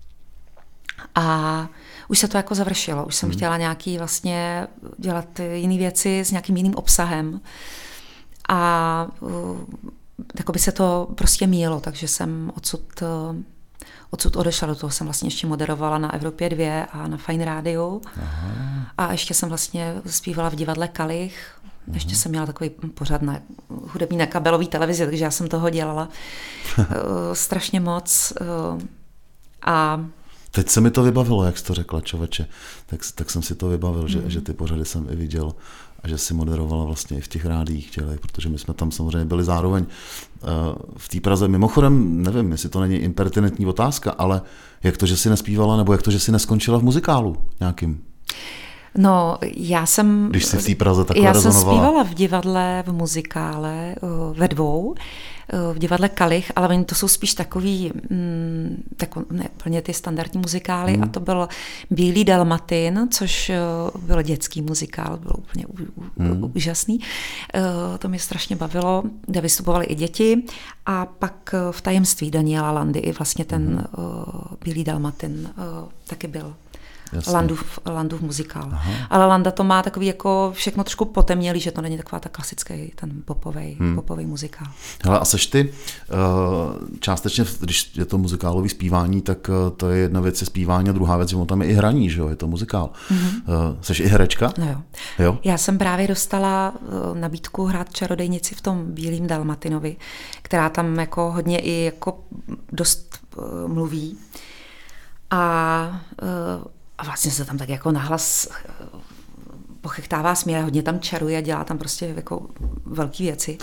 a už se to jako završilo. Už jsem chtěla nějaký vlastně dělat jiné věci s nějakým jiným obsahem a jako by se to prostě míjelo, takže jsem odsud odešla. Do toho jsem vlastně ještě moderovala na Evropě 2 a na Fajn rádiu. A ještě jsem vlastně zpívala v divadle Kalich. Ještě jsem měla takový pořad na hudební na kabelové televizi, takže já jsem toho dělala strašně moc. A teď se mi to vybavilo, jak jsi to řekla, člověče. Tak jsem si to vybavil, že ty pořady jsem i viděl a že si moderovala vlastně i v těch rádiích těle, protože my jsme tam samozřejmě byli zároveň v té Praze. Mimochodem, nevím, jestli to není impertinentní otázka, ale jak to, že jsi nespívala, nebo jak to, že jsi neskončila v muzikálu nějakým? No, já jsem... Když jsi v té Praze takhle rezonovala. Já jsem zpívala v divadle, v muzikále, ve 2, v divadle Kalich, ale oni to jsou spíš takový, ne plně ty standardní muzikály, a to byl Bílý Dalmatin, což byl dětský muzikál, byl úplně úžasný. To mě strašně bavilo, kde vystupovali i děti a pak v Tajemství Daniela Landy i vlastně ten Bílý Dalmatin taky byl. Landův muzikál. Aha. Ale Landa to má takový jako všechno trošku potemnělý, že to není taková ta klasický, ten popový muzikál. Hele, a seš ty částečně, když je to muzikálový zpívání, tak to je jedna věc je zpívání a druhá věc, že tam je i hraní, že jo, je to muzikál. Seš i herečka? No jo. Já jsem právě dostala nabídku hrát čarodejnici v tom Bílým Dalmatinovi, která tam jako hodně i jako dost mluví. A vlastně se tam tak jako nahlas pochechtává směr, hodně tam čaruje, dělá tam prostě jako velký věci.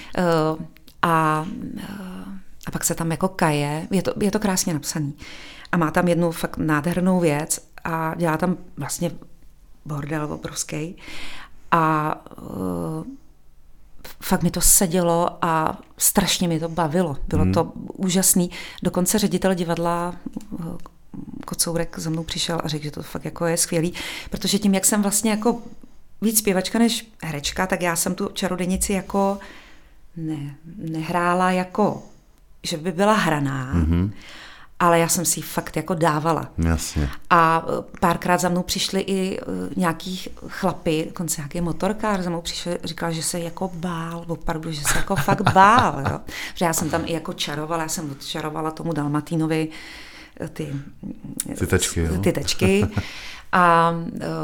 A pak se tam jako kaje, je to krásně napsaný. A má tam jednu fakt nádhernou věc a dělá tam vlastně bordel obrovský. A fakt mi to sedělo a strašně mi to bavilo. Bylo to úžasný. Dokonce ředitel divadla Kocourek za mnou přišel a řekl, že to fakt jako je skvělý, protože tím, jak jsem vlastně jako víc zpěvačka než herečka, tak já jsem tu čarodějnici jako nehrála jako, že by byla hraná, ale já jsem si ji fakt jako dávala. Jasně. A párkrát za mnou přišli i nějaký chlapi, dokonce nějaký motorkář za mnou přišel, říkal, že se jako bál, opravdu, že se jako fakt bál. Jo? Že já jsem tam i jako čarovala, já jsem odčarovala tomu Dalmatinovi ty tečky. A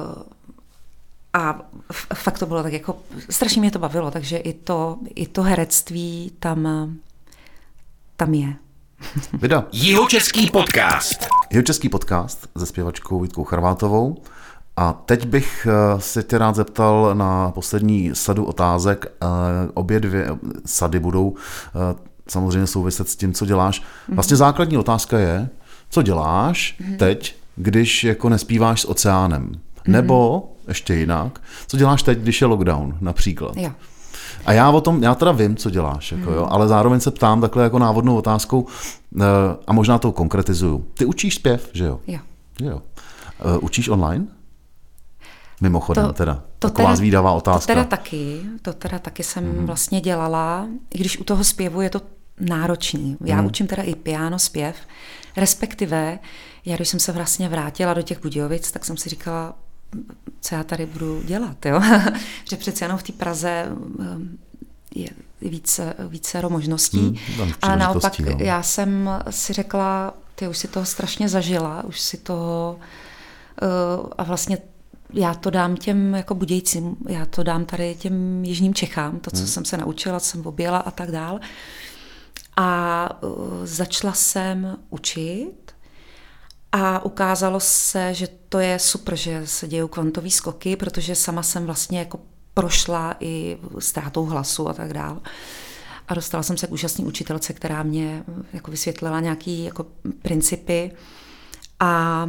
fakt to bylo tak jako, strašně mě to bavilo, takže i to herectví tam je. Vida. Jihočeský podcast. Jihočeský podcast se zpěvačkou Vítkou Charvátovou. A teď bych se tě rád zeptal na poslední sadu otázek. Obě 2 sady budou samozřejmě souviset s tím, co děláš. Vlastně základní otázka je, co děláš teď, když jako nespíváš s Oceánem? Nebo, ještě jinak, co děláš teď, když je lockdown například? Jo. A já teda vím, co děláš, jako, jo, ale zároveň se ptám takhle jako návodnou otázkou a možná to konkretizuju. Ty učíš zpěv, že jo? Jo. Učíš online? Mimochodem taková zvídavá otázka. To teda taky jsem vlastně dělala, i když u toho zpěvu je to náročný. Já učím teda i piano zpěv, respektive já, když jsem se vlastně vrátila do těch Budějovic, tak jsem si říkala, co já tady budu dělat, jo? Že přece jenom v té Praze je více možností. Ale naopak já jsem si řekla, ty už si toho strašně zažila, už si toho a vlastně já to dám těm jako Budějcím, já to dám tady těm jižním Čechám, to, co jsem se naučila, co jsem objela a tak dál. A začala jsem učit a ukázalo se, že to je super, že se dějou kvantové skoky, protože sama jsem vlastně jako prošla i ztrátou hlasu a tak dál. A dostala jsem se k úžasné učitelce, která mě jako vysvětlila nějaké jako principy. A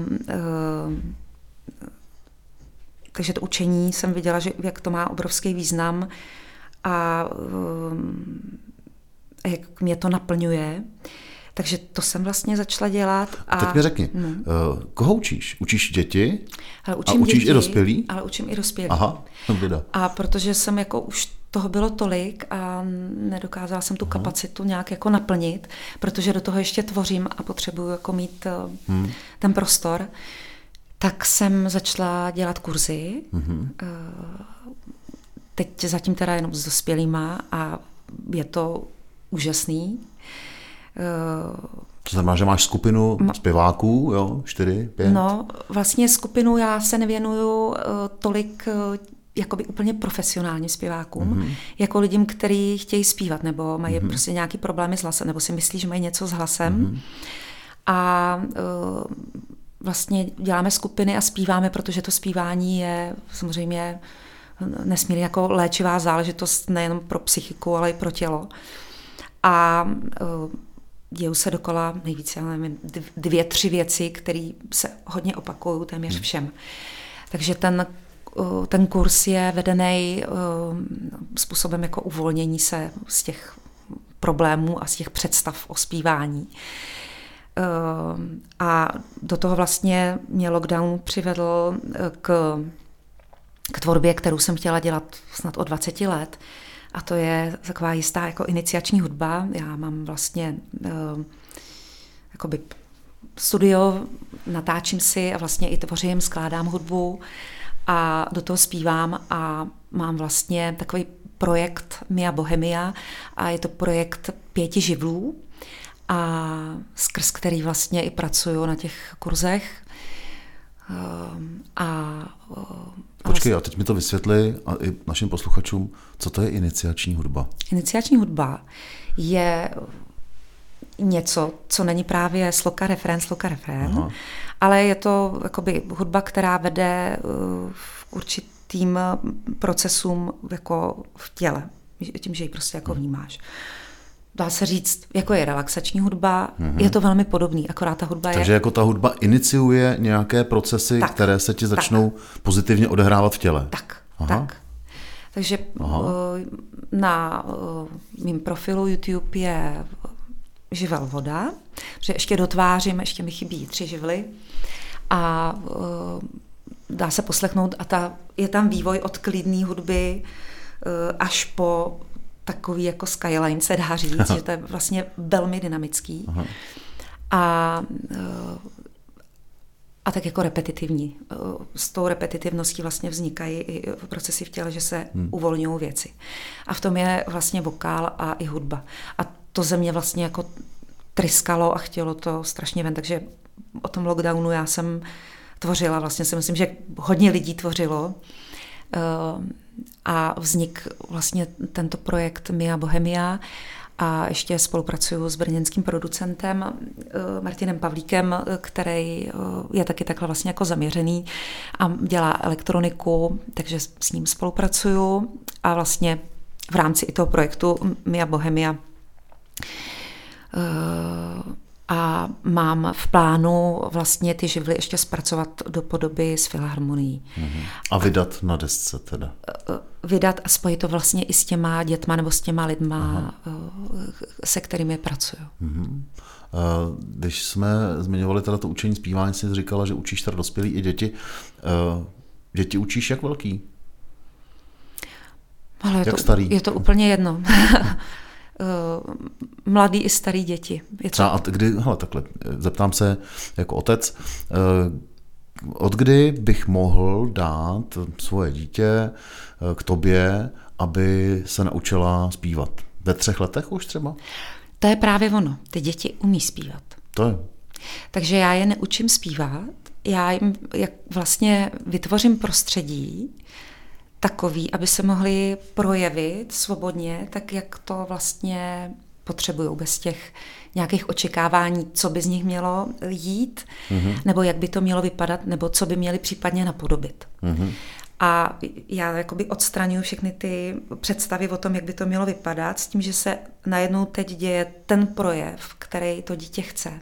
takže to učení jsem viděla, že jak to má obrovský význam a jak mě to naplňuje. Takže to jsem vlastně začala dělat. A teď mi řekni, koho učíš? Učíš děti? Ale učíš děti, i dospělí? Ale učím i dospělí. Aha, a protože jsem jako už toho bylo tolik a nedokázala jsem tu kapacitu nějak jako naplnit, protože do toho ještě tvořím a potřebuju jako mít ten prostor, tak jsem začala dělat kurzy. Teď zatím teda jenom s dospělýma a je to úžasný. To znamená, že máš skupinu zpěváků, jo? 4, 5? No, vlastně skupinu já se nevěnuju tolik jakoby úplně profesionálním zpěvákům, jako lidem, kteří chtějí zpívat, nebo mají prostě nějaký problémy s hlasem, nebo si myslí, že mají něco s hlasem. A vlastně děláme skupiny a zpíváme, protože to zpívání je samozřejmě nesmírně jako léčivá záležitost nejen pro psychiku, ale i pro tělo. A dějou se dokola nejvíce, já nevím, 2, 3 věci, které se hodně opakují téměř všem. Takže ten kurz je vedený způsobem jako uvolnění se z těch problémů a z těch představ o zpívání. A do toho vlastně mě lockdown přivedl k tvorbě, kterou jsem chtěla dělat snad od 20 let. A to je taková jistá jako iniciační hudba. Já mám vlastně jakoby studio, natáčím si a vlastně i tvořím, skládám hudbu a do toho zpívám a mám vlastně takový projekt Mia Bohemia a je to projekt 5 živlů a skrz který vlastně i pracuju na těch kurzech. Počkej, a teď mi to vysvětli a i našim posluchačům, co to je iniciační hudba. Iniciační hudba je něco, co není právě sloka, refrén, ale je to jakoby hudba, která vede v určitým procesům jako v těle, tím, že ji prostě jako vnímáš. Dá se říct, jako je relaxační hudba, je to velmi podobný, akorát ta hudba Takže jako ta hudba iniciuje nějaké procesy, které se ti začnou pozitivně odehrávat v těle. Tak. Takže na mým profilu YouTube je živel voda, protože ještě dotvářím, ještě mi chybí 3 živly a dá se poslechnout a je tam vývoj od klidné hudby až po takový jako skyline, se dá říct, že to je vlastně velmi dynamický. A tak jako repetitivní. S tou repetitivností vlastně vznikají i procesy v těle, že se uvolňují věci. A v tom je vlastně vokál a i hudba. A to ze mě vlastně jako tryskalo a chtělo to strašně ven, takže o tom lockdownu já jsem tvořila, vlastně si myslím, že hodně lidí tvořilo. A vznik vlastně tento projekt Mia Bohemia a ještě spolupracuju s brněnským producentem Martinem Pavlíkem, který je taky takhle vlastně jako zaměřený a dělá elektroniku, takže s ním spolupracuju a vlastně v rámci i toho projektu Mia Bohemia a mám v plánu vlastně ty živly ještě zpracovat do podoby s filharmonií. A vydat na desce teda? Vydat a spojit to vlastně i s těma dětma nebo s těma lidma, se kterými pracuju. Když jsme zmiňovali teda to učení zpívání, jsi říkala, že učíš teda dospělí i děti. Děti učíš jak velký? Ale jak starý? Je to úplně jedno. Mladý i starý děti. Třeba takhle, zeptám se jako otec, od kdy bych mohl dát svoje dítě k tobě, aby se naučila zpívat? Ve 3 letech už třeba? To je právě ono. Ty děti umí zpívat. To je. Takže já je neučím zpívat, já jim vlastně vytvořím prostředí takový, aby se mohli projevit svobodně, tak jak to vlastně potřebují, bez těch nějakých očekávání, co by z nich mělo jít, nebo jak by to mělo vypadat, nebo co by měli případně napodobit. A já jakoby odstraňuji všechny ty představy o tom, jak by to mělo vypadat, s tím, že se najednou teď děje ten projev, který to dítě chce.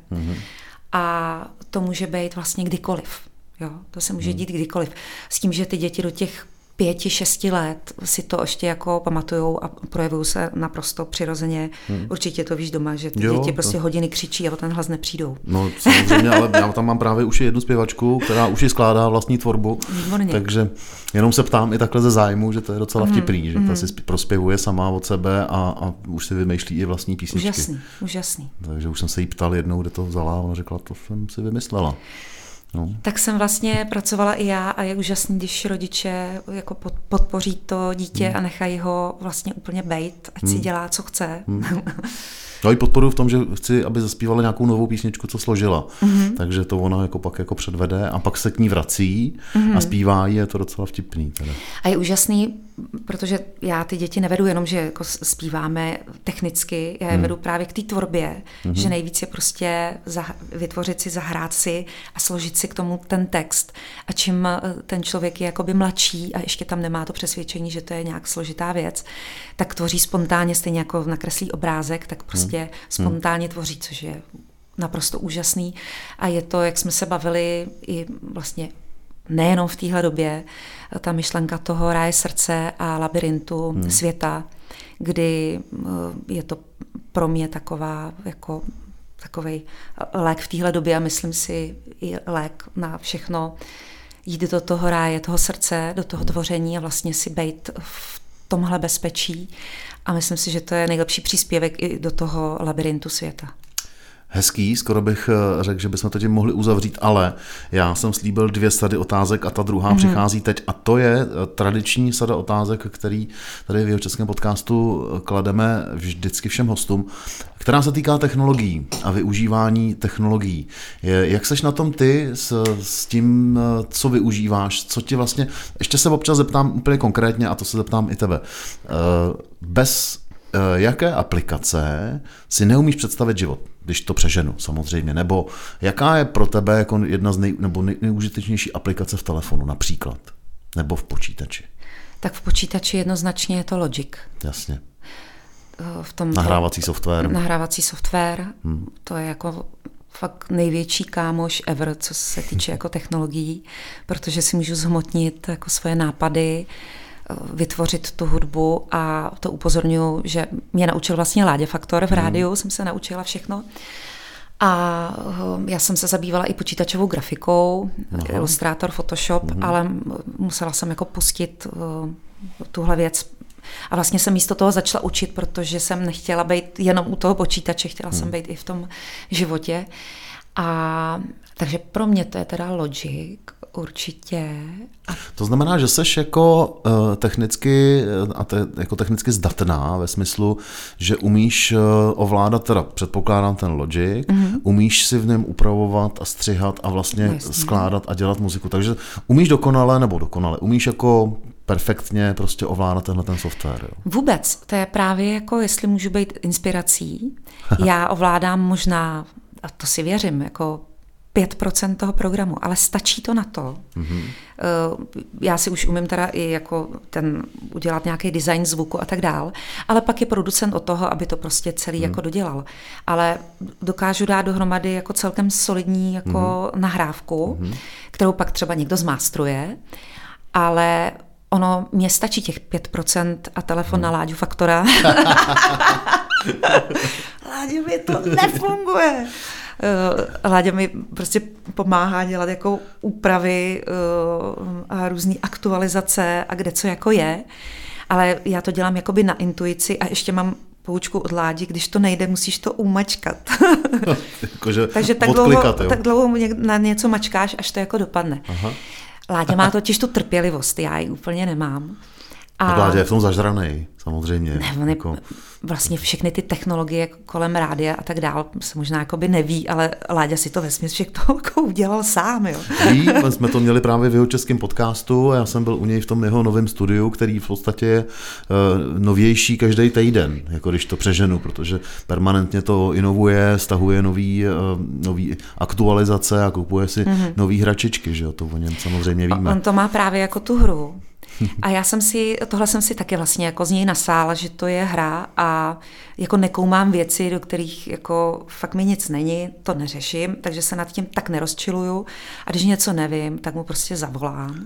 A to může být vlastně kdykoliv. Jo? To se může dít kdykoliv. S tím, že ty děti do těch 5-6 let si to ještě jako pamatujou a projevují se naprosto přirozeně. Určitě to víš doma, že ty děti prostě hodiny křičí a o ten hlas nepřijdou. No samozřejmě, ale já tam mám právě už jednu zpěvačku, která už si skládá vlastní tvorbu. Výborně. Takže jenom se ptám i takhle ze zájmu, že to je docela vtipný, že ta si prospěvuje sama od sebe a už si vymýšlí i vlastní písničky. Úžasný. Takže už jsem se jí ptal jednou, kde to vzala a ona řekla, to jsem si vymyslela. No. Tak jsem vlastně pracovala i já a je úžasný, když rodiče jako podpoří to dítě a nechají ho vlastně úplně bejt, ať si dělá, co chce. Já ji podporuji v tom, že chci, aby zaspívala nějakou novou písničku, co složila. Takže to ona jako pak jako předvede a pak se k ní vrací a zpívá jí, je to docela vtipný. Teda. A je úžasný, protože já ty děti nevedu jenom, že jako zpíváme technicky, já je vedu právě k té tvorbě, že nejvíc je prostě vytvořit si, zahrát si a složit si k tomu ten text. A čím ten člověk je jakoby mladší a ještě tam nemá to přesvědčení, že to je nějak složitá věc, tak tvoří spontánně, stejně jako nakreslí obrázek, tak prostě spontánně tvoří, což je naprosto úžasný. A je to, jak jsme se bavili i vlastně nejenom v téhle době, ta myšlenka toho ráje srdce a labirintu světa, kdy je to pro mě takovej lék v téhle době a myslím si i lék na všechno, jít do toho ráje, toho srdce, do toho tvoření a vlastně si bejt v tomhle bezpečí a myslím si, že to je nejlepší příspěvek i do toho labirintu světa. Hezký, skoro bych řekl, že bychom to tím mohli uzavřít, ale já jsem slíbil 2 sady otázek a ta druhá přichází teď a to je tradiční sada otázek, který tady v Jihočeském podcastu klademe vždycky všem hostům, která se týká technologií a využívání technologií. Jak seš na tom ty s tím, co využíváš, co ti vlastně, ještě se občas zeptám úplně konkrétně a to se zeptám i tebe, bez jaké aplikace si neumíš představit život, když to přeženu samozřejmě, nebo jaká je pro tebe jako jedna z nejužitečnější aplikace v telefonu například, nebo v počítači? Tak v počítači jednoznačně je to Logic. Jasně. Nahrávací software. To je jako fakt největší kámoš ever, co se týče jako technologií, protože si můžu zhmotnit jako svoje nápady, vytvořit tu hudbu a to upozorňuji, že mě naučil vlastně Láďa Faktor v rádiu, jsem se naučila všechno. A já jsem se zabývala i počítačovou grafikou, Illustrator, Photoshop, ale musela jsem jako pustit tuhle věc. A vlastně jsem místo toho začala učit, protože jsem nechtěla být jenom u toho počítače, chtěla jsem být i v tom životě. A takže pro mě to je teda Logic, určitě. To znamená, že seš jako technicky zdatná ve smyslu, že umíš ovládat, teda předpokládám ten Logic, umíš si v něm upravovat a střihat a vlastně skládat a dělat muziku. Takže umíš dokonale, umíš jako perfektně prostě ovládat ten software. Jo. Vůbec. To je právě jako, jestli můžu být inspirací. Já ovládám možná, a to si věřím, jako 5% toho programu, ale stačí to na to. Já si už umím teda i jako udělat nějaký design zvuku a tak dál, ale pak je producent od toho, aby to prostě celý jako dodělal. Ale dokážu dát dohromady jako celkem solidní jako nahrávku, kterou pak třeba někdo zmástruje, ale ono mě stačí těch 5% a telefon na Láďu Faktora. Láďo, mi to nefunguje. Láďa mi prostě pomáhá dělat jako úpravy a různé aktualizace a kde co jako je, ale já to dělám jakoby na intuici a ještě mám poučku od Ládi, když to nejde, musíš to umačkat. Takže tak dlouho na něco mačkáš, až to jako dopadne. Aha. Láďa má totiž tu trpělivost, já ji úplně nemám. A Láďa je v tom zažranej, samozřejmě. Ne, vlastně všechny ty technologie kolem rádia a tak dál se možná jakoby neví, ale Láďa si to vesměs všechno jako udělal sám. Jo. Ví, jsme to měli právě v jeho českém podcastu a já jsem byl u něj v tom jeho novém studiu, který v podstatě je novější každý týden, jako když to přeženu, protože permanentně to inovuje, stahuje nový aktualizace a kupuje si nový hračičky, že jo, to o něm samozřejmě víme. On to má právě jako tu hru. A tohle jsem si taky vlastně jako z něj nasála, že to je hra a jako nekoumám věci, do kterých jako fakt mi nic není, to neřeším, takže se nad tím tak nerozčiluju a když něco nevím, tak mu prostě zavolám.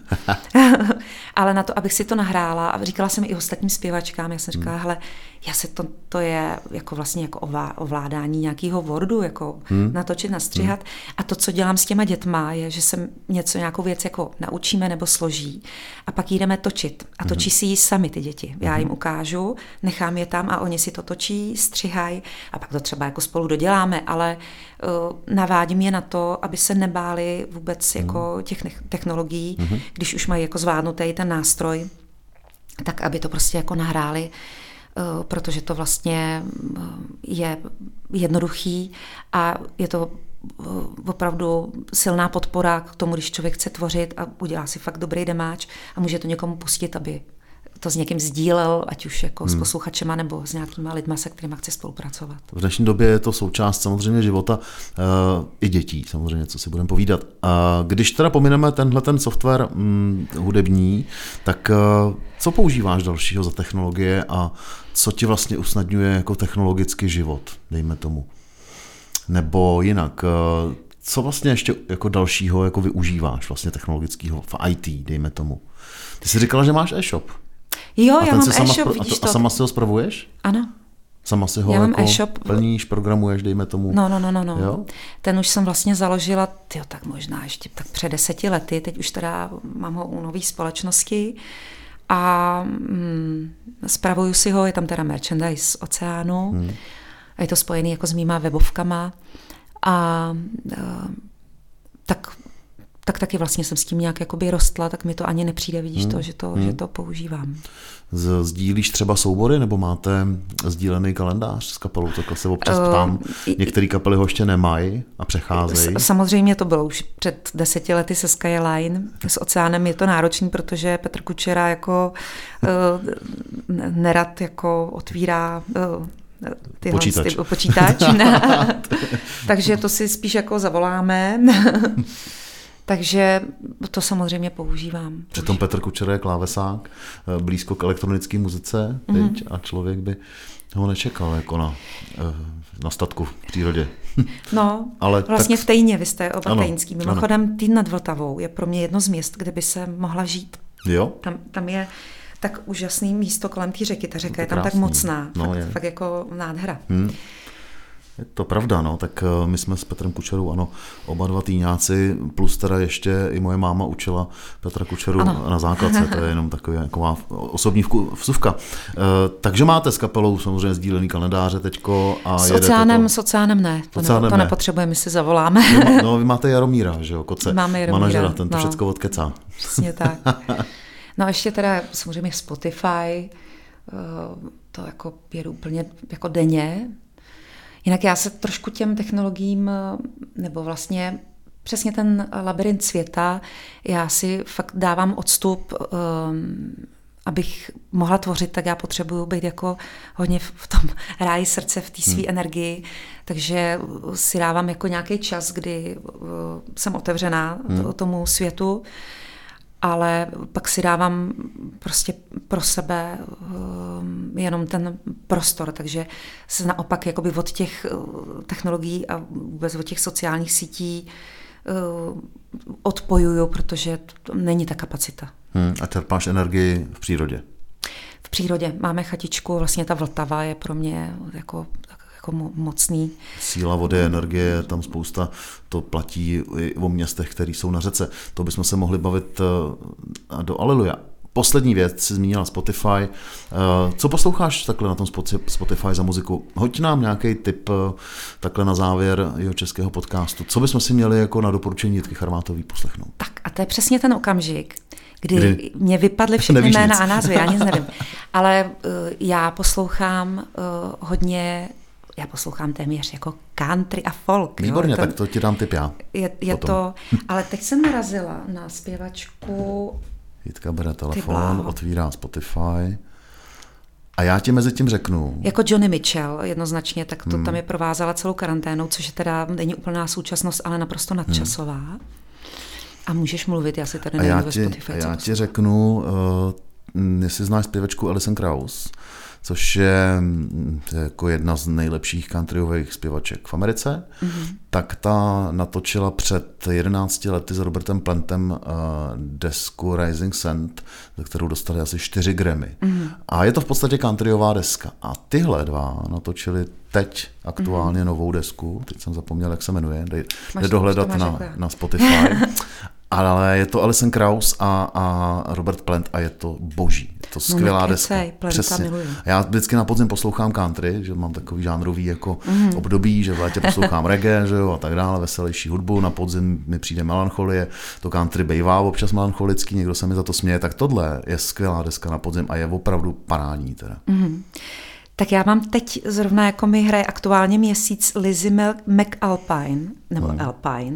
Ale na to, abych si to nahrála a říkala jsem i ostatním zpěvačkám, já jsem říkala, hele, to je jako vlastně jako ovládání nějakého Wordu, jako natočit, nastřihat. A to, co dělám s těma dětma, je, že se nějakou věc jako naučíme nebo složí a pak jdeme točit. A točí si ji sami ty děti. Já jim ukážu, nechám je tam a oni si to točí, střihají a pak to třeba jako spolu doděláme, ale navádím je na to, aby se nebáli vůbec jako těch technologií, když už mají jako zvládnutý ten nástroj, tak aby to prostě jako nahráli, protože to vlastně je jednoduchý a je to opravdu silná podpora k tomu, když člověk chce tvořit a udělá si fakt dobrý demáč a může to někomu pustit, aby to s někým sdílel, ať už jako s posluchačema nebo s nějakýma lidma, se kterýma chce spolupracovat. V dnešní době je to součást samozřejmě života i dětí, samozřejmě, co si budeme povídat. Když teda pomineme ten software hudební, tak co používáš dalšího za technologie a co ti vlastně usnadňuje jako technologický život, dejme tomu? Nebo jinak, co vlastně ještě jako dalšího jako využíváš vlastně technologického v IT, dejme tomu? Ty jsi říkala, že máš e-shop. Jo, já mám e-shop, vidíš to. A sama si ho spravuješ? Ano. Sama si ho jako plníš, programuješ, dejme tomu? No. Jo? Ten už jsem vlastně založila, tak možná ještě tak před 10 lety, teď už teda mám ho u nový společnosti a spravuju si ho, je tam teda merchandise z Oceánu a je to spojený jako s mýma webovkama a tak taky vlastně jsem s tím nějak jakoby rostla, tak mi to ani nepřijde, vidíš to, že to používám. Sdílíš třeba soubory, nebo máte sdílený kalendář s kapelou? Takhle se občas ptám. Některé kapely ho ještě nemají a přecházejí. Samozřejmě to bylo už před 10 lety se Skyline. S Oceánem je to náročný, protože Petr Kučera jako nerad jako otvírá počítač. Takže to si spíš jako zavoláme. Takže to samozřejmě používám. Přitom Petr Kučera je klávesák, blízko k elektronické muzice, a člověk by ho nečekal jako na statku v přírodě. No, ale vlastně v Tejně, vy jste oba tejnský. Mimochodem, Týn nad Vltavou je pro mě jedno z měst, kde by se mohla žít. Jo? Tam je tak úžasný místo kolem té řeky. Ta řeka je tam tak mocná. Fakt jako nádhera. Je to pravda, no, tak my jsme s Petrem Kučerou, ano, oba dva týňáci, plus teda ještě i moje máma učila Petra Kučeru na základce, to je jenom taková osobní vsuvka. Takže máte s kapelou samozřejmě sdílený kalendáře teďko a s Oceánem ne, to nepotřebujeme, my si zavoláme. No, vy máte Jaromíra, že jo, Koce, manažera, ten to všecko odkecá. Přesně tak. No a ještě teda samozřejmě Spotify, to jako jedu úplně jako denně. Jinak já se trošku těm technologiím, nebo vlastně přesně ten labyrint světa, já si fakt dávám odstup, abych mohla tvořit, tak já potřebuju být jako hodně v tom ráji srdce, v té své energii, takže si dávám jako nějaký čas, kdy jsem otevřená tomu světu, ale pak si dávám prostě pro sebe jenom ten prostor, takže se naopak jakoby od těch technologií a vůbec od těch sociálních sítí odpojuju, protože to není ta kapacita. A čerpáš energii v přírodě? V přírodě. Máme chatičku, vlastně ta Vltava je pro mě jako mocný. Síla vody, energie, tam spousta, to platí i o městech, které jsou na řece. To bychom se mohli bavit do Aleluja. Poslední věc, jsi zmínila Spotify. Co posloucháš takhle na tom Spotify za muziku? Hoď nám nějaký tip takhle na závěr jeho českého podcastu. Co bychom si měli jako na doporučení Jitky Charvátový poslechnout? Tak a to je přesně ten okamžik, kdy mě vypadly všechny jména a názvy, já nic nevím. Ale já poslouchám téměř jako country a folk. Výborně, tak to ti dám tip já. Je to, ale teď jsem narazila na zpěvačku. Jitka bere telefon, otvírá Spotify. A já ti mezi tím řeknu. Jako Johnny Mitchell jednoznačně, tak to tam je provázela celou karanténou, což je teda není úplná současnost, ale naprosto nadčasová. A můžeš mluvit, já si tady nevím ve Spotify. Já ti řeknu, jestli znáš zpěvačku Alison Krauss, což je jako jedna z nejlepších countryových zpěvaček v Americe, tak ta natočila před 11 lety s Robertem Plantem desku Rising Sun, za kterou dostali asi 4 Grammy. A je to v podstatě countryová deska. A tyhle dva natočili teď aktuálně novou desku, teď jsem zapomněl, jak se jmenuje, jde dohledat na Spotify. Ale je to Alison Krauss a Robert Plant a je to boží. Je to skvělá deska. Přesně. Já vždycky na podzim poslouchám country, že mám takový žánrový jako období, že v létě poslouchám reggae, že jo, a tak dále, veselější hudbu, na podzim mi přijde melancholie, to country bývá občas melancholický, někdo se mi za to směje, tak tohle je skvělá deska na podzim a je opravdu parádní teda. Tak já mám teď zrovna, jako mi hraje aktuálně měsíc Lizzie McAlpine, nebo Alpine.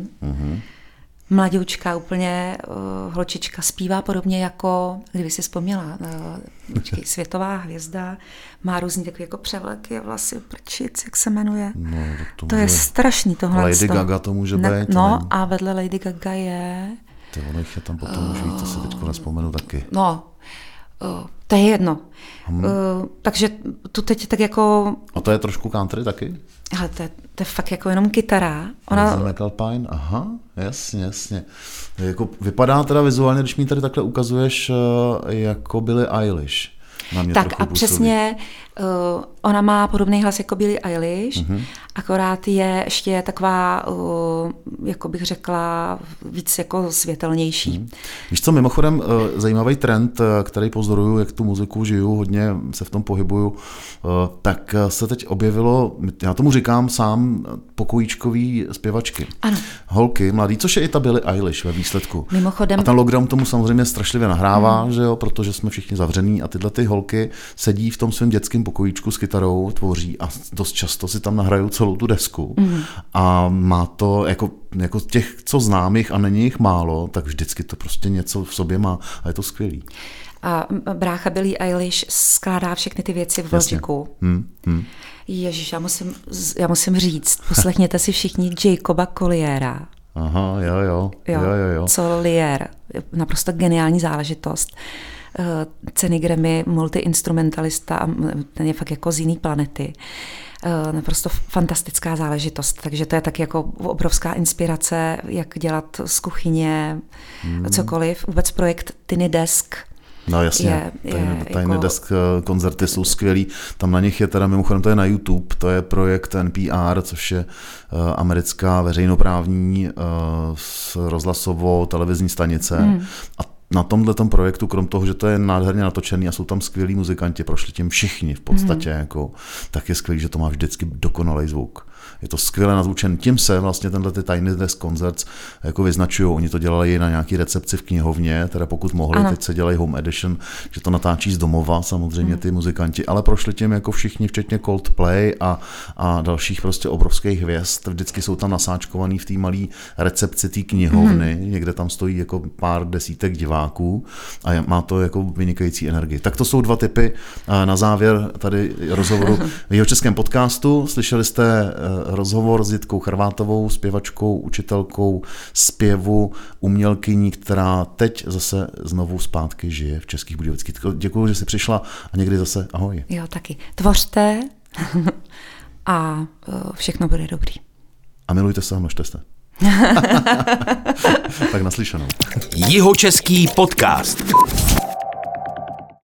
Mladoučka, úplně holčička, zpívá podobně jako, kdyby si vzpomněla, světová hvězda, má různý takový jako převleky, vlasy, prčic, jak se jmenuje. No, to je strašný tohle. Lady Gaga to může být. No a vedle Lady Gaga je... Ono jich je tam potom už víc, to si teďko nespomenu taky. No, to je jedno. Takže tu teď tak jako... A to je trošku country taky? Ale to je fakt jako jenom kytara. Lizzie McAlpine, aha, jasně. Jako, vypadá teda vizuálně, když mi tady takhle ukazuješ, jako Billie Eilish. Tak a přesně, ona má podobný hlas jako Billie Eilish, akorát je ještě taková, jako bych řekla, víc jako světelnější. Víš co, mimochodem zajímavý trend, který pozoruju, jak tu muziku žiju, hodně se v tom pohybuju, tak se teď objevilo, já tomu říkám sám, pokojíčkový zpěvačky. Ano. Holky, mladý, což je i ta Billie Eilish ve výsledku. Mimochodem... A ten lockdown tomu samozřejmě strašlivě nahrává, že jo, protože jsme všichni zavření a tyhle ty holky sedí v tom svém dětském pokojíčku s kytarou, tvoří a dost často si tam nahrajou celou tu desku. A má to, jako těch, co znám jich a není jich málo, tak vždycky to prostě něco v sobě má a je to skvělý. A brácha Billie Eilish skládá všechny ty věci v Logiku. Ježiš, já musím říct, poslechněte si všichni Jacoba Colliera. Aha, jo. Collier, naprosto geniální záležitost. Ceny Grammy, multiinstrumentalista a ten je fakt jako z jiný planety. Naprosto fantastická záležitost, takže to je taky jako obrovská inspirace, jak dělat z kuchyně cokoliv. Vůbec projekt Tiny Desk. No jasně, Tiny Desk koncerty jsou skvělý, tam na nich je teda mimochodem, to je na YouTube, to je projekt NPR, což je americká veřejnoprávní rozhlasovo-televizní stanice a na tomhletom projektu, krom toho, že to je nádherně natočený a jsou tam skvělí muzikanti, prošli tím všichni v podstatě, jako, tak je skvělý, že to má vždycky dokonalý zvuk. Je to skvěle nazvučen. Tím se vlastně tenhle ty Tiny Desk Concerts jako vyznačují. Oni to dělali na nějaký recepci v knihovně, teda pokud mohli, teď se dělají home edition, že to natáčí z domova samozřejmě ty muzikanti, ale prošli tím jako všichni, včetně Coldplay a dalších prostě obrovských hvězd. Vždycky jsou tam nasáčkovaný v té malé recepci té knihovny, někde tam stojí jako pár desítek diváků a má to jako vynikající energii. Tak to jsou dva tipy na závěr tady rozhovoru v jeho českém podcastu. Slyšeli jste rozhovor s Jitkou Charvátovou, zpěvačkou, učitelkou zpěvu, umělkyní, která teď zase znovu zpátky žije v Českých Budějovicích. Děkuji, že jsi přišla a někdy zase ahoj. Jo, taky. Tvořte a všechno bude dobrý. A milujte se a množte se. Tak naslyšenou. Jihočeský podcast.